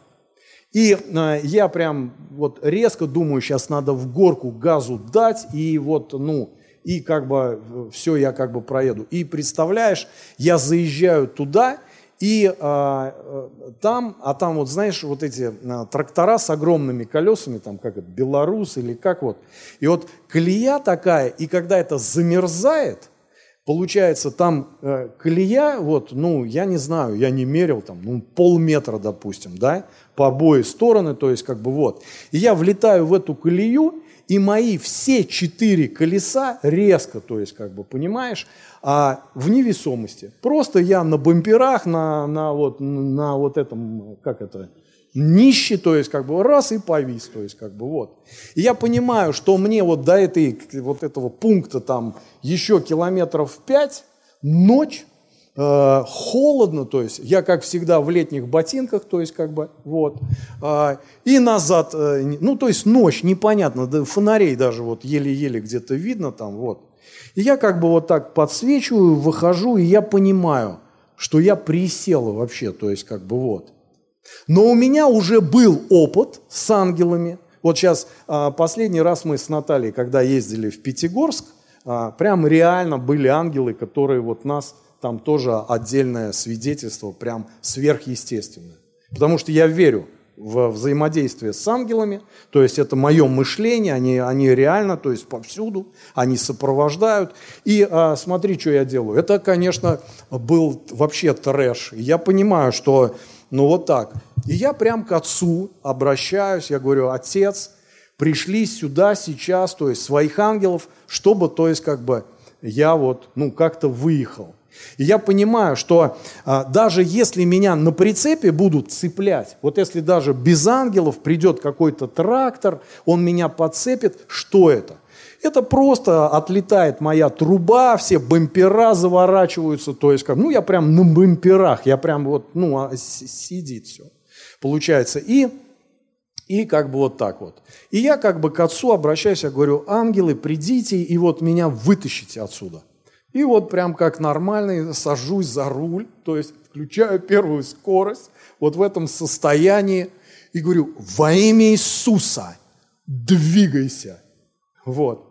И э, я прям вот резко думаю, сейчас надо в горку газу дать, и вот, ну, и как бы все, я как бы проеду. И представляешь, я заезжаю туда, и а, там, а там вот, знаешь, вот эти а, трактора с огромными колесами, там как это, Беларусь или как вот. И вот колея такая, и когда это замерзает, получается там э, колея, вот, ну, я не знаю, я не мерил, там, ну, полметра, допустим, да, по обои стороны, то есть как бы вот. И я влетаю в эту колею, и мои все четыре колеса резко, то есть, как бы, понимаешь, а в невесомости. Просто я на бамперах, на, на, вот, на вот этом, как это, нище, то есть, как бы, раз и повис, то есть, как бы, вот. И я понимаю, что мне вот до этой, вот этого пункта там еще километров пять, ночь, э, холодно, то есть, я, как всегда, в летних ботинках, то есть, как бы, вот, э, и назад, э, ну, то есть, ночь, непонятно, да, фонарей даже вот еле-еле где-то видно там, вот. И я как бы вот так подсвечиваю, выхожу, и я понимаю, что я присел вообще, то есть, как бы, вот. Но у меня уже был опыт с ангелами. Вот сейчас, э, последний раз мы с Натальей, когда ездили в Пятигорск, э, прям реально были ангелы, которые вот нас... Там тоже отдельное свидетельство, прям сверхъестественное. Потому что я верю в взаимодействие с ангелами, то есть это мое мышление, они, они реально, то есть повсюду, они сопровождают. И а, смотри, что я делаю. Это, конечно, был вообще трэш. Я понимаю, что, ну вот так. И я прям к отцу обращаюсь, я говорю: отец, пришли сюда сейчас, то есть своих ангелов, чтобы, то есть как бы я вот, ну как-то выехал. И я понимаю, что а, даже если меня на прицепе будут цеплять, вот если даже без ангелов придет какой-то трактор, он меня подцепит, что это? Это просто отлетает моя труба, все бампера заворачиваются, то есть, как, ну я прям на бамперах, я прям вот, ну сидит все, получается. И, и как бы вот так вот. И я как бы к отцу обращаюсь, я говорю: ангелы, придите и вот меня вытащите отсюда. И вот прям как нормальный сажусь за руль, то есть включаю первую скорость, вот в этом состоянии, и говорю: во имя Иисуса двигайся. Вот.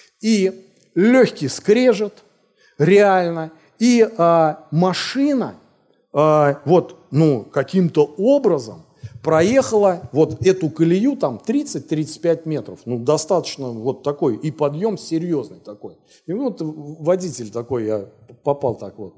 И легкий скрежет, реально, и а, машина а, вот, ну, каким-то образом проехала вот эту колею там тридцать-тридцать пять метров, ну достаточно вот такой, и подъем серьезный такой. И вот водитель такой, я попал так вот.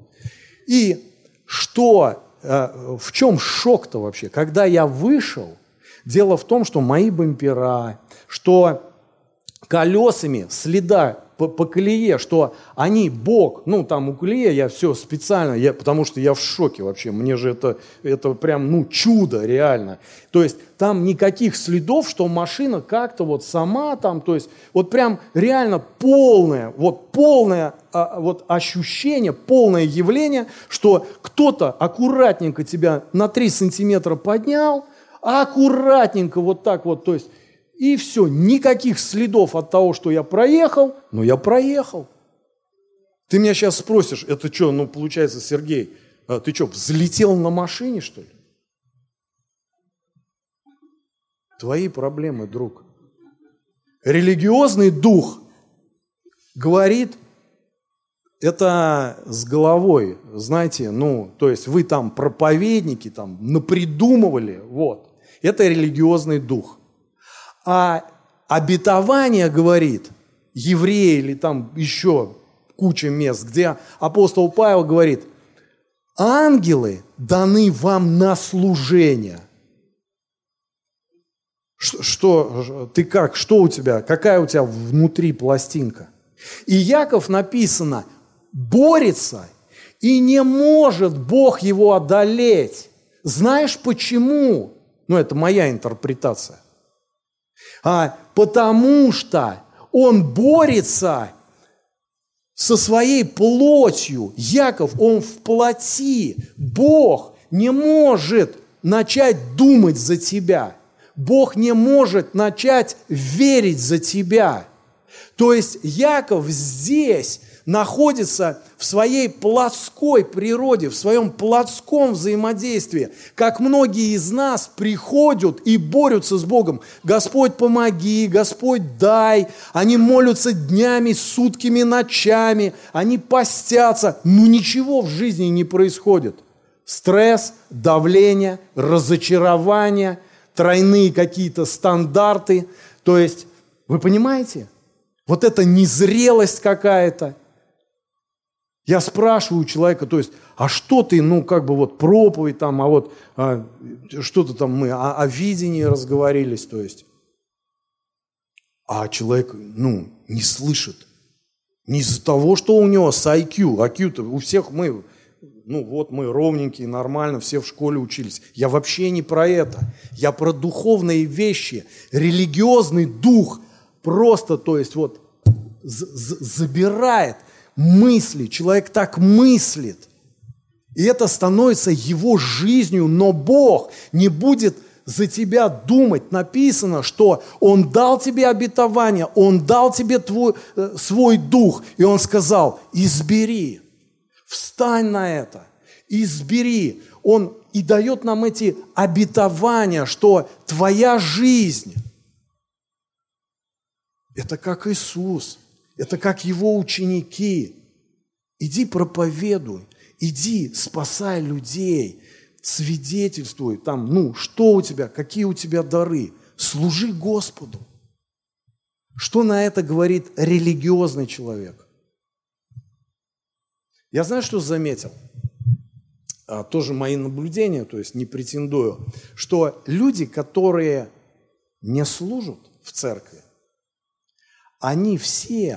И что, в чем шок-то вообще? Когда я вышел, дело в том, что мои бампера, что колесами следа по, по колее, что они бок, ну там у колеи я все специально, я, потому что я в шоке вообще, мне же это, это прям, ну чудо реально. То есть там никаких следов, что машина как-то вот сама там, то есть вот прям реально полное, вот полное а, вот ощущение, полное явление, что кто-то аккуратненько тебя на три сантиметра поднял, аккуратненько вот так вот, то есть и все, никаких следов от того, что я проехал, но я проехал. Ты меня сейчас спросишь, это что, ну получается, Сергей, ты что, взлетел на машине, что ли? Твои проблемы, друг. Религиозный дух говорит, это с головой, знаете, ну, то есть вы там проповедники, там, напридумывали, вот. Это религиозный дух. А обетование говорит, евреи или там еще куча мест, где апостол Павел говорит: ангелы даны вам на служение. Что, что ты как, что у тебя, какая у тебя внутри пластинка? И Яков написано, борется, и не может Бог его одолеть. Знаешь почему? Ну, это моя интерпретация. А, потому что он борется со своей плотью. Яков, он в плоти. Бог не может начать думать за тебя. Бог не может начать верить за тебя. То есть Яков здесь находится в своей плотской природе, в своем плотском взаимодействии, как многие из нас приходят и борются с Богом. Господь, помоги, Господь, дай. Они молятся днями, сутками, ночами, они постятся, но ничего в жизни не происходит. Стресс, давление, разочарование, тройные какие-то стандарты. То есть, вы понимаете? Вот эта незрелость какая-то. Я спрашиваю у человека, то есть, а что ты, ну, как бы вот проповедь там, а вот а, что-то там мы о, о видении разговорились, то есть. А человек, ну, не слышит. Не из-за того, что у него с ай кью. ай кью-то у всех мы, ну, вот мы ровненькие, нормально, все в школе учились. Я вообще не про это. Я про духовные вещи. Религиозный дух просто, то есть, вот, забирает мысли, человек так мыслит, и это становится его жизнью, но Бог не будет за тебя думать. Написано, что Он дал тебе обетование, Он дал тебе твой, э, свой дух, и Он сказал, избери, встань на это, избери. Он и дает нам эти обетования, что твоя жизнь, это как Иисус. Это как его ученики. Иди проповедуй, иди спасай людей, свидетельствуй там, ну, что у тебя, какие у тебя дары. Служи Господу. Что на это говорит религиозный человек? Я знаю, что заметил. А, тоже мои наблюдения, то есть не претендую, что люди, которые не служат в церкви, они все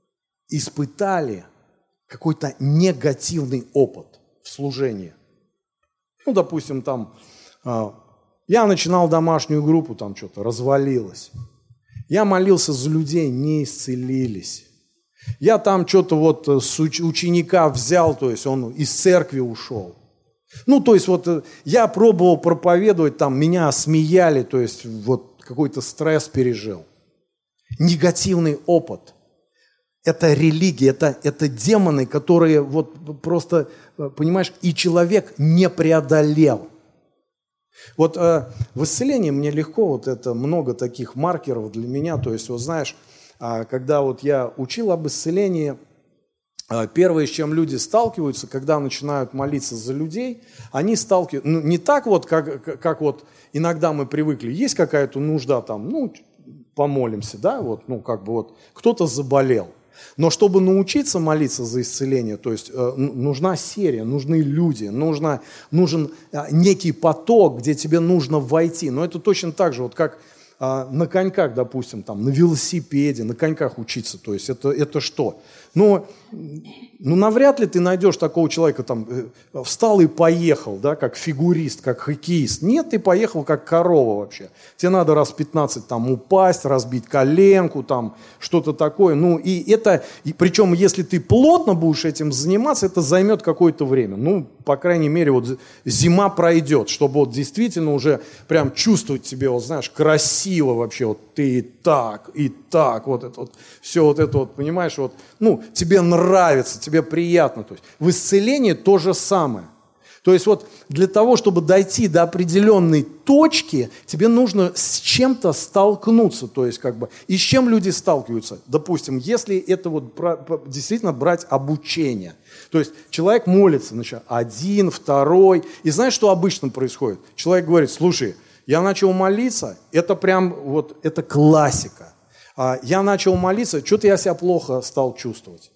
испытали какой-то негативный опыт в служении. Ну, допустим, там, э, я начинал домашнюю группу, там что-то развалилось. Я молился за людей, не исцелились. Я там что-то вот с уч- ученика взял, то есть он из церкви ушел. Ну, то есть вот я пробовал проповедовать, там меня смеяли, то есть вот какой-то стресс пережил. Негативный опыт. Это религия, это, это демоны, которые вот просто, понимаешь, и человек не преодолел. Вот э, в исцелении мне легко, вот это много таких маркеров для меня. То есть, вот знаешь, э, когда вот я учил об исцелении, э, первое, с чем люди сталкиваются, когда начинают молиться за людей, они сталкиваются, ну, не так вот, как, как вот иногда мы привыкли, есть какая-то нужда там, ну, помолимся, да, вот, ну, как бы вот, кто-то заболел. Но чтобы научиться молиться за исцеление, то есть э, нужна серия, нужны люди, нужно, нужен э, некий поток, где тебе нужно войти. Но это точно так же, вот как э, на коньках, допустим, там, на велосипеде, на коньках учиться. То есть это, это что? Ну, ну, навряд ли ты найдешь такого человека, там, э, встал и поехал, да, как фигурист, как хоккеист. Нет, ты поехал как корова вообще. Тебе надо раз пятнадцать там упасть, разбить коленку, там, что-то такое. Ну, и это, и причем, если ты плотно будешь этим заниматься, это займет какое-то время. Ну, по крайней мере, вот зима пройдет, чтобы вот действительно уже прям чувствовать себе, вот знаешь, красиво вообще, вот ты и так, и так, вот это вот, все вот это вот, понимаешь, вот, ну, тебе нравится, тебе приятно. То есть в исцелении то же самое. То есть вот для того, чтобы дойти до определенной точки, тебе нужно с чем-то столкнуться. То есть как бы, и с чем люди сталкиваются? Допустим, если это вот действительно брать обучение. То есть человек молится, значит, один, второй. И знаешь, что обычно происходит? Человек говорит, слушай, я начал молиться, это прям вот, это классика. Я начал молиться, что-то я себя плохо стал чувствовать.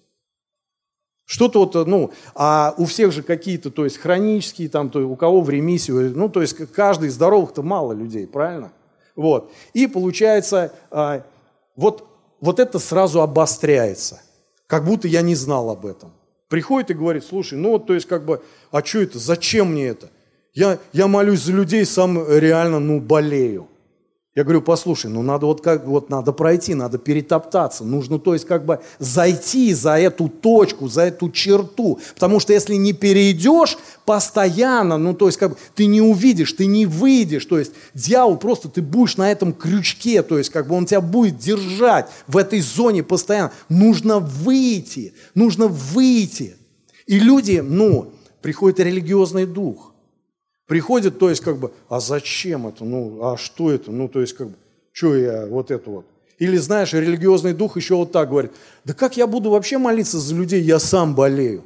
Что-то вот, ну, а у всех же какие-то, то есть хронические, там, то, у кого в ремиссию, ну, то есть каждый, здоровых-то мало людей, правильно? Вот. И получается, а, вот, вот это сразу обостряется, как будто я не знал об этом. Приходит и говорит, слушай, ну вот, то есть как бы, а что это, зачем мне это? Я, я молюсь за людей, сам реально, ну, болею. Я говорю, послушай, ну надо вот как вот надо пройти, надо перетоптаться, нужно, то есть как бы зайти за эту точку, за эту черту, потому что если не перейдешь постоянно, ну то есть как бы ты не увидишь, ты не выйдешь, то есть дьявол просто ты будешь на этом крючке, то есть как бы он тебя будет держать в этой зоне постоянно. Нужно выйти, нужно выйти. И люди, ну, приходит религиозный дух. Приходит, то есть как бы, а зачем это, ну, а что это, ну, то есть как бы, что я вот это вот. Или, знаешь, религиозный дух еще вот так говорит, да как я буду вообще молиться за людей, я сам болею.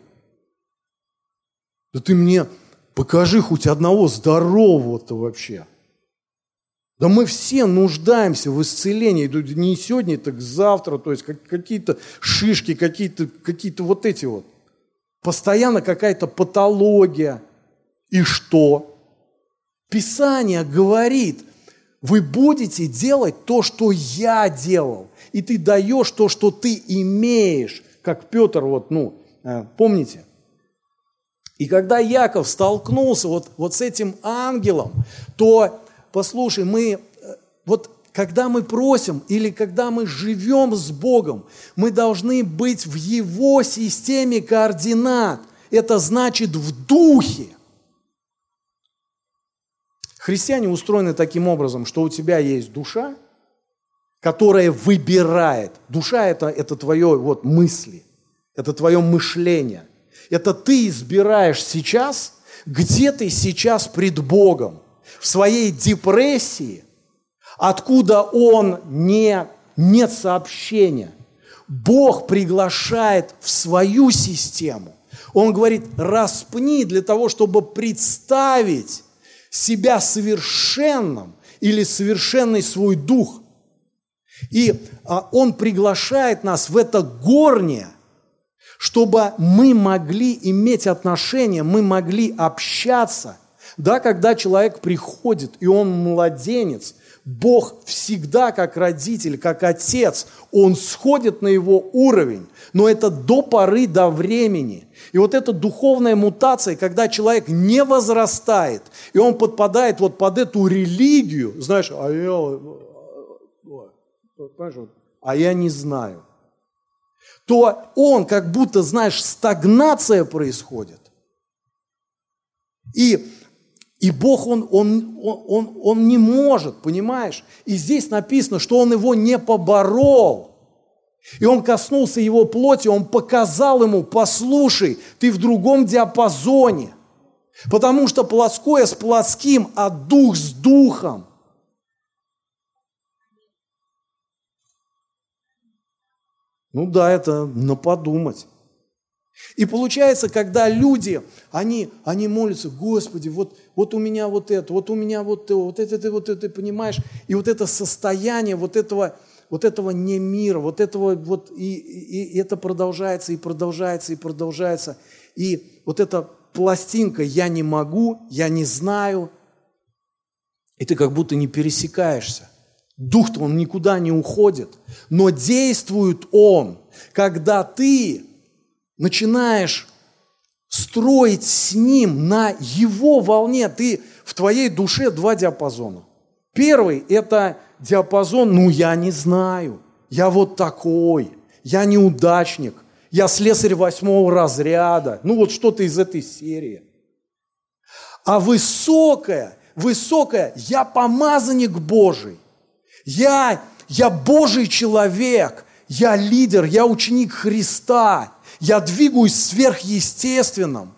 Да ты мне покажи хоть одного здорового-то вообще. Да мы все нуждаемся в исцелении, не сегодня, так завтра, то есть какие-то шишки, какие-то, какие-то вот эти вот. Постоянно какая-то патология. И что? Писание говорит, вы будете делать то, что я делал. И ты даешь то, что ты имеешь. Как Петр, вот, ну, помните? И когда Яков столкнулся вот, вот с этим ангелом, то, послушай, мы, вот когда мы просим или когда мы живем с Богом, мы должны быть в Его системе координат. Это значит в духе. Христиане устроены таким образом, что у тебя есть душа, которая выбирает. Душа это, – это твое вот, мысли, это твое мышление. Это ты избираешь сейчас, где ты сейчас пред Богом, в своей депрессии, откуда Он не, нет сообщения. Бог приглашает в свою систему. Он говорит, распни для того, чтобы представить себя совершенным или совершенный свой дух. И а, Он приглашает нас в это горнее, чтобы мы могли иметь отношения, мы могли общаться. Да, когда человек приходит, и он младенец, Бог всегда, как родитель, как отец, Он сходит на его уровень, но это до поры до времени. И вот эта духовная мутация, когда человек не возрастает, и он подпадает вот под эту религию, знаешь, а я, знаешь, а я не знаю, то он как будто, знаешь, стагнация происходит. И И Бог, он, он, он, он не может, понимаешь? И здесь написано, что Он его не поборол. И Он коснулся его плоти, Он показал ему, послушай, ты в другом диапазоне. Потому что плотское с плотским, а дух с духом. Ну да, это на подумать. И получается, когда люди, они, они молятся, Господи, вот, вот у меня вот это, вот у меня вот это, вот это, вот это, понимаешь? И вот это состояние вот этого, вот этого не мира, вот этого, вот, и, и, и это продолжается, и продолжается, и продолжается. И вот эта пластинка «я не могу», «я не знаю», и ты как будто не пересекаешься. Дух-то он никуда не уходит, но действует он, когда ты начинаешь строить с ним на его волне. Ты в твоей душе два диапазона. Первый – это диапазон, ну я не знаю, я вот такой, я неудачник, я слесарь восьмого разряда, ну вот что-то из этой серии. А высокое, высокое, я помазанник Божий, я, я Божий человек, я лидер, я ученик Христа. Я двигаюсь в сверхъестественном.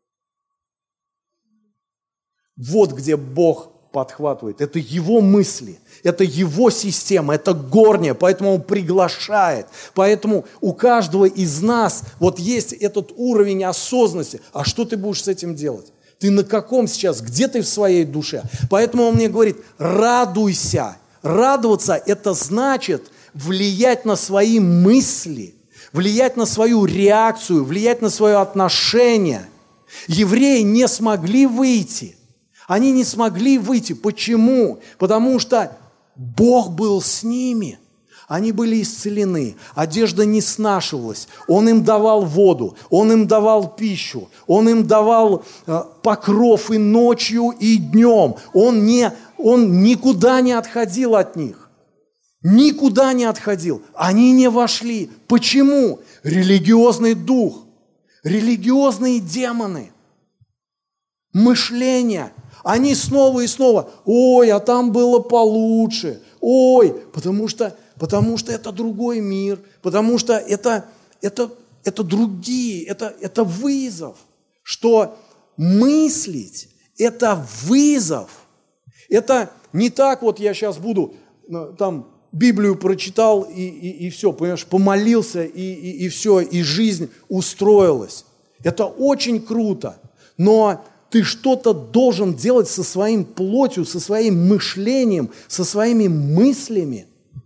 Вот где Бог подхватывает. Это Его мысли, это Его система, это горняя, поэтому Он приглашает. Поэтому у каждого из нас вот есть этот уровень осознанности. А что ты будешь с этим делать? Ты на каком сейчас? Где ты в своей душе? Поэтому Он мне говорит, радуйся. Радоваться – это значит влиять на свои мысли, влиять на свою реакцию, влиять на свое отношение. Евреи не смогли выйти. Они не смогли выйти. Почему? Потому что Бог был с ними. Они были исцелены, одежда не снашивалась, Он им давал воду, Он им давал пищу, Он им давал э, покров и ночью, и днем. Он, не, он никуда не отходил от них, никуда не отходил. Они не вошли. Почему? Религиозный дух, религиозные демоны, мышление. Они снова и снова, ой, а там было получше, ой, потому что... Потому что это другой мир, потому что это, это, это другие, это, это вызов, что мыслить – это вызов. Это не так вот я сейчас буду, там, Библию прочитал и, и, и все, понимаешь, помолился и, и, и все, и жизнь устроилась. Это очень круто, но ты что-то должен делать со своим плотью, со своим мышлением, со своими мыслями.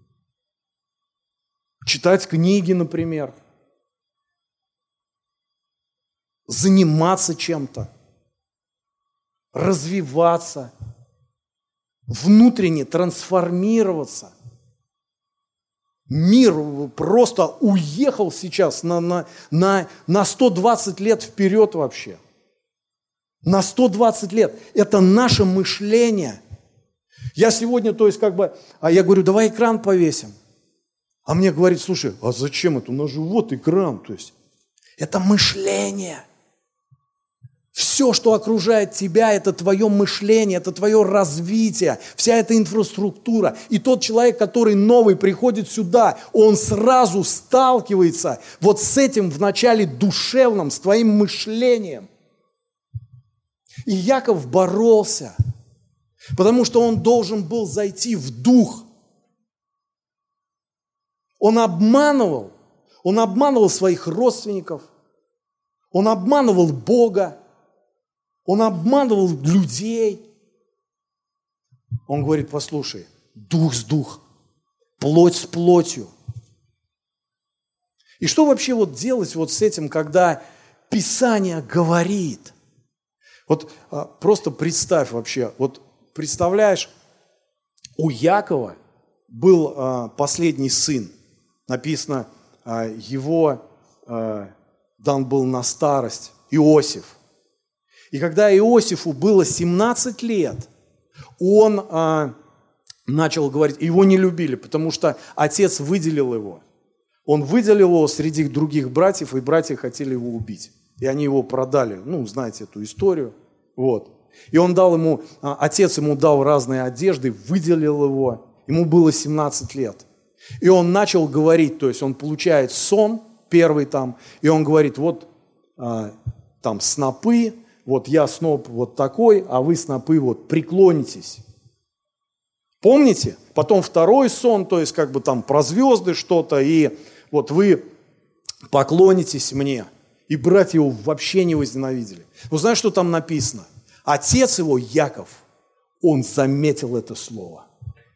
Читать книги, например. Заниматься чем-то. Развиваться. Внутренне трансформироваться. Мир просто уехал сейчас на, на, на, на сто двадцать лет вперед вообще. На сто двадцать лет. Это наше мышление. Я сегодня, то есть как бы, а я говорю, давай экран повесим. А мне говорит, слушай, а зачем это? У нас же вот экран. То есть это мышление. Все, что окружает тебя, это твое мышление, это твое развитие, вся эта инфраструктура. И тот человек, который новый приходит сюда, он сразу сталкивается вот с этим вначале душевным, с твоим мышлением. И Яков боролся, потому что он должен был зайти в дух. Он обманывал, он обманывал своих родственников, он обманывал Бога, он обманывал людей. Он говорит, послушай, дух с дух, плоть с плотью. И что вообще вот делать вот с этим, когда Писание говорит? Вот а, просто представь вообще, вот представляешь, у Якова был а, последний сын. Написано, его дан был на старость, Иосиф. И когда Иосифу было семнадцать лет, он а, начал говорить, его не любили, потому что отец выделил его. Он выделил его среди других братьев, и братья хотели его убить. И они его продали, ну, знаете эту историю. Вот. И он дал ему, отец ему дал разные одежды, выделил его, ему было семнадцать лет. И он начал говорить, то есть он получает сон, первый там, и он говорит, вот а, там снопы, вот я сноп вот такой, а вы снопы вот преклонитесь. Помните? Потом второй сон, то есть как бы там про звезды что-то, и вот вы поклонитесь мне. И братья его вообще не возненавидели. Ну знаешь, что там написано? Отец его, Яков, он заметил это слово.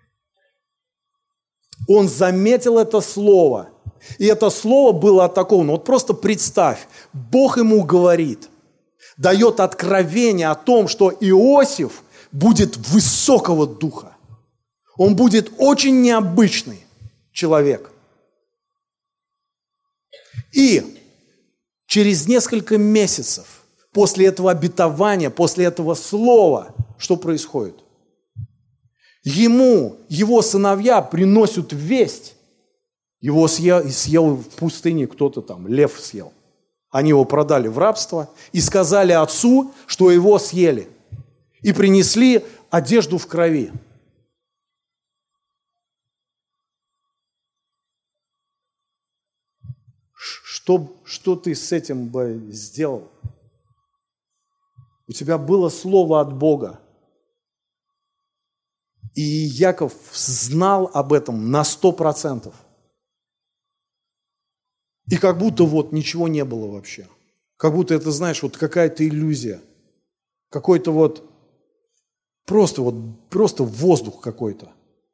Он заметил это слово. И это слово было атаковано. Вот просто представь, Бог ему говорит, дает откровение о том, что Иосиф будет высокого духа. Он будет очень необычный человек. И через несколько месяцев после этого обетования, после этого слова, что происходит? Ему, его сыновья приносят весть. Его съел, съел в пустыне кто-то там, лев съел. Они его продали в рабство и сказали отцу, что его съели. И принесли одежду в крови. Что, что ты с этим бы сделал? У тебя было слово от Бога. И Яков знал об этом на сто процентов. И как будто вот ничего не было вообще. Как будто это, знаешь, вот какая-то иллюзия. Какой-то вот, просто вот, просто воздух какой-то.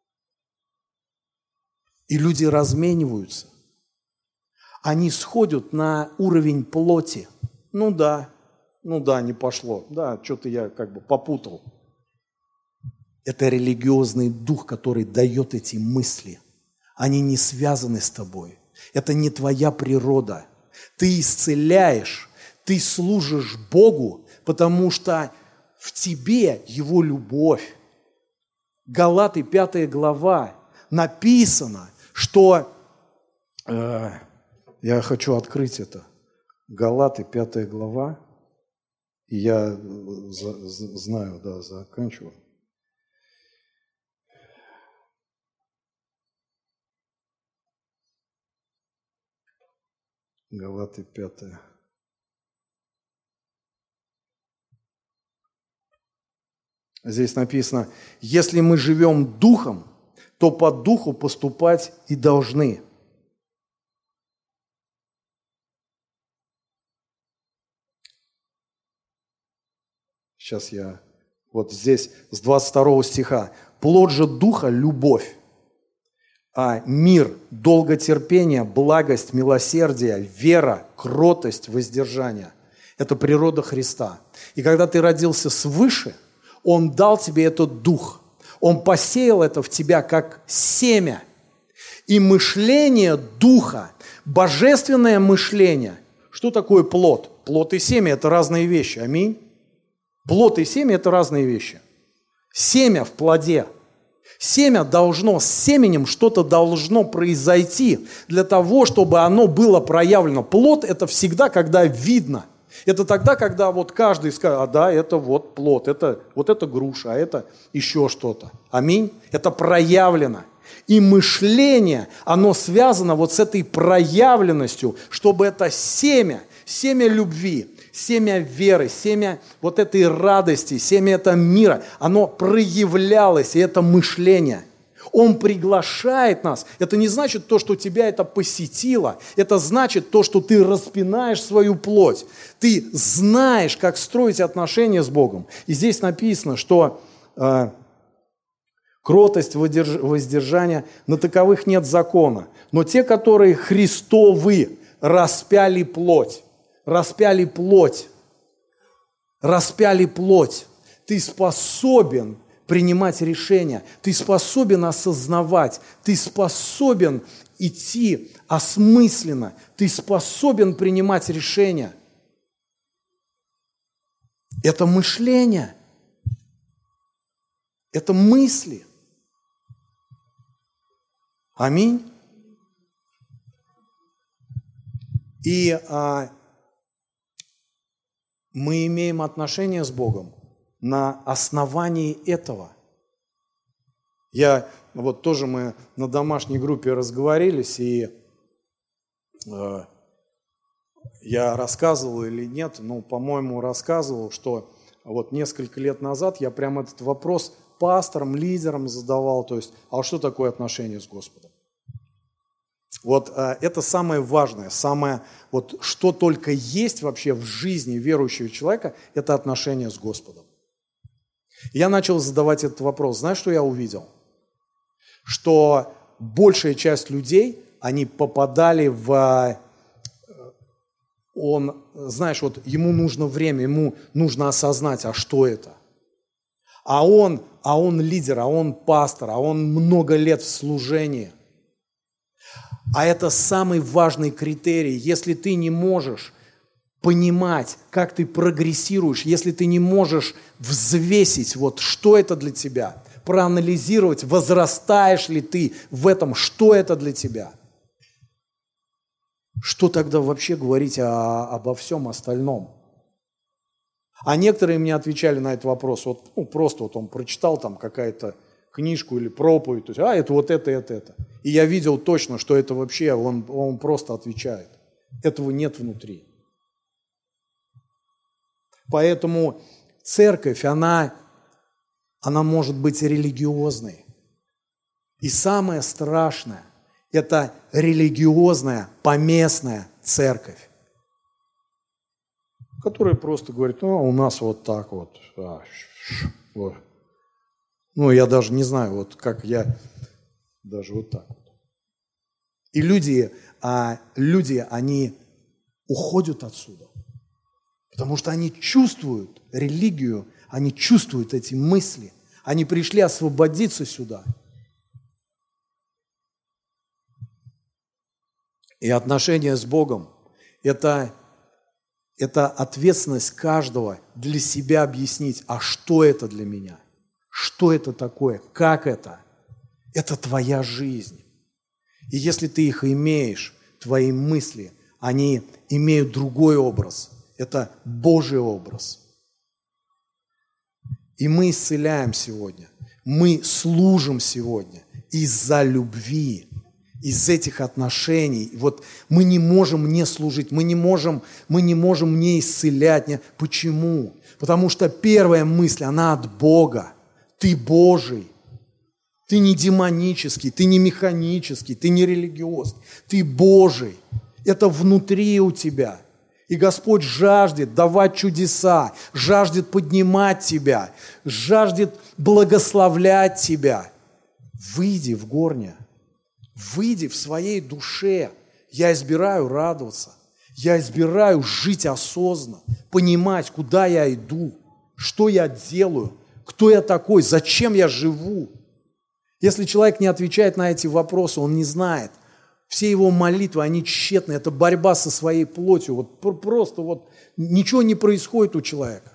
И люди размениваются. Они сходят на уровень плоти. Ну да, ну да, не пошло. Да, что-то я как бы попутал. Это религиозный дух, который дает эти мысли. Они не связаны с тобой. Это не твоя природа. Ты исцеляешь, ты служишь Богу, потому что в тебе Его любовь. Галаты пятая глава написано, что... Э, я хочу открыть это. Галаты пятая глава. И я за, за, знаю, да, заканчиваю. Галаты пятая. Здесь написано, если мы живем духом, то по духу поступать и должны. Сейчас я, вот здесь с двадцать второго стиха. Плод же духа – любовь, а мир, долготерпение, благость, милосердие, вера, кротость, воздержание – это природа Христа. И когда ты родился свыше, Он дал тебе этот дух. Он посеял это в тебя как семя. И мышление духа, божественное мышление. Что такое плод? Плод и семя – это разные вещи. Аминь. Плод и семя – это разные вещи. Семя в плоде. Семя должно, с семенем что-то должно произойти для того, чтобы оно было проявлено. Плод – это всегда, когда видно. Это тогда, когда вот каждый скажет, а да, это вот плод, это, вот это груша, а это еще что-то. Аминь. Это проявлено. И мышление, оно связано вот с этой проявленностью, чтобы это семя, семя любви, семя веры, семя вот этой радости, семя этого мира, оно проявлялось, и это мышление. Он приглашает нас. Это не значит то, что тебя это посетило. Это значит то, что ты распинаешь свою плоть. Ты знаешь, как строить отношения с Богом. И здесь написано, что э, кротость, воздержание, на таковых нет закона. Но те, которые Христовы, распяли плоть. Распяли плоть. Распяли плоть. Ты способен принимать решения, ты способен осознавать, ты способен идти осмысленно, ты способен принимать решения. Это мышление, это мысли. Аминь. И а, мы имеем отношение с Богом на основании этого. Я, вот тоже мы на домашней группе разговорились, и э, я рассказывал или нет, ну, по-моему, рассказывал, что вот несколько лет назад я прям этот вопрос пасторам, лидерам задавал, то есть, а что такое отношение с Господом? Вот э, это самое важное, самое, вот что только есть вообще в жизни верующего человека, это отношение с Господом. Я начал задавать этот вопрос. Знаешь, что я увидел? Что большая часть людей, они попадали в... Он, знаешь, вот ему нужно время, ему нужно осознать, а что это? А он, а он лидер, а он пастор, а он много лет в служении. А это самый важный критерий. Если ты не можешь понимать, как ты прогрессируешь, если ты не можешь взвесить, вот что это для тебя, проанализировать, возрастаешь ли ты в этом, что это для тебя, что тогда вообще говорить о, обо всем остальном? А некоторые мне отвечали на этот вопрос, вот ну, просто вот он прочитал там какая-то книжку или проповедь, то есть, а это вот это, это, это. И я видел точно, что это вообще, он, он просто отвечает. Этого нет внутри. Поэтому церковь, она, она может быть религиозной. И самое страшное – это религиозная, поместная церковь, которая просто говорит, ну, у нас вот так вот. А, вот. Ну, я даже не знаю, вот как я, даже вот так вот. И люди, а, люди, они уходят отсюда. Потому что они чувствуют религию, они чувствуют эти мысли, Они пришли освободиться сюда. И отношения с Богом – это, это ответственность каждого для себя объяснить, а что это для меня? Что это такое? Как это? Это твоя жизнь. И если ты их имеешь, твои мысли, они имеют другой образ. Это Божий образ. И мы исцеляем сегодня. Мы служим сегодня из-за любви. Из этих отношений, вот мы не можем не служить, мы не можем, мы не можем не исцелять. Не... Почему? Потому что первая мысль, она от Бога. Ты Божий. Ты не демонический, ты не механический, ты не религиозный. Ты Божий. Это внутри у тебя. И Господь жаждет давать чудеса, жаждет поднимать тебя, жаждет благословлять тебя. Выйди в горнее. Выйди в своей душе. Я избираю радоваться. Я избираю жить осознанно, понимать, куда я иду, что я делаю, кто я такой, зачем я живу. Если человек не отвечает на эти вопросы, он не знает. Все его молитвы, они тщетны. Это борьба со своей плотью. Вот просто вот ничего не происходит у человека.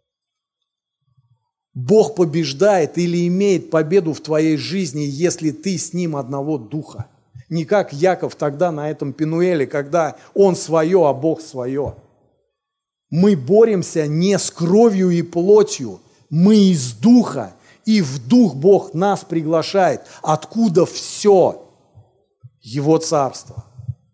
Бог побеждает или имеет победу в твоей жизни, если ты с Ним одного духа. Не как Яков тогда на этом Пенуэле, когда он свое, а Бог свое. Мы боремся не с кровью и плотью, мы из духа, и в дух Бог нас приглашает, откуда все Его царство.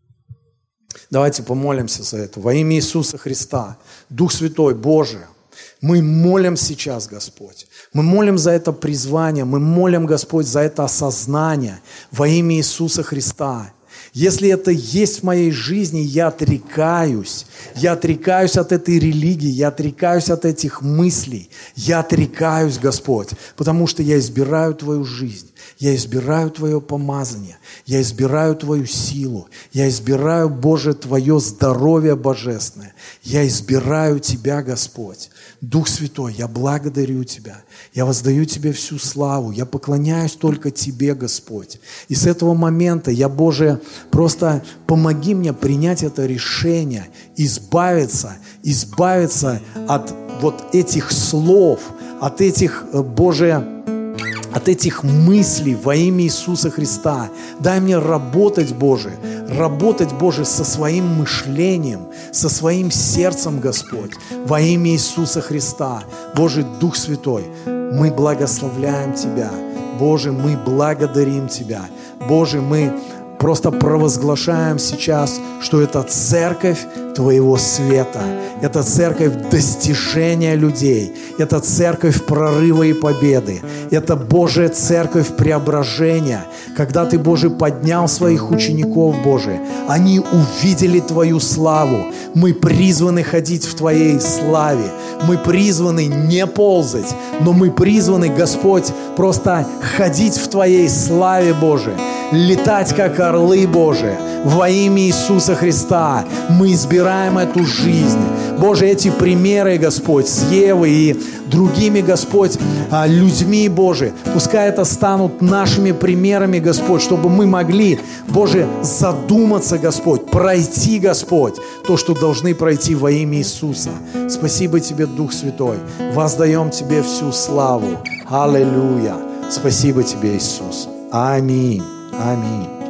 Давайте помолимся за это. Во имя Иисуса Христа, Дух Святой, Боже, мы молим сейчас, Господь. Мы молим за это призвание, мы молим, Господь, за это осознание во имя Иисуса Христа. Если это есть в моей жизни, я отрекаюсь. Я отрекаюсь от этой религии, я отрекаюсь от этих мыслей. Я отрекаюсь, Господь, потому что я избираю Твою жизнь. Я избираю Твое помазание. Я избираю Твою силу. Я избираю, Боже, Твое здоровье божественное. Я избираю Тебя, Господь. Дух Святой, я благодарю Тебя. Я воздаю Тебе всю славу. Я поклоняюсь только Тебе, Господь. И с этого момента я, Боже, просто помоги мне принять это решение, избавиться, избавиться от вот этих слов, от этих, Боже, от этих мыслей во имя Иисуса Христа. Дай мне работать, Боже, работать, Боже, со своим мышлением, со своим сердцем, Господь, во имя Иисуса Христа. Боже, Дух Святой, мы благословляем Тебя. Боже, мы благодарим Тебя. Боже, мы просто провозглашаем сейчас, что это церковь Твоего света, это церковь достижения людей, это церковь прорыва и победы, это Божья церковь преображения. Когда Ты, Боже, поднял своих учеников, Боже, они увидели Твою славу. Мы призваны ходить в Твоей славе. Мы призваны не ползать, но мы призваны, Господь, просто ходить в Твоей славе, Боже, летать, как орлы, Боже, во имя Иисуса Христа. Мы избираем эту жизнь. Боже, эти примеры, Господь, с Евой и другими, Господь, людьми, Боже, пускай это станут нашими примерами, Господь, чтобы мы могли, Боже, задуматься, Господь, пройти, Господь, то, что должны пройти во имя Иисуса. Спасибо Тебе, Дух Святой. Воздаем Тебе всю славу. Аллилуйя. Спасибо Тебе, Иисус. Аминь. Аминь.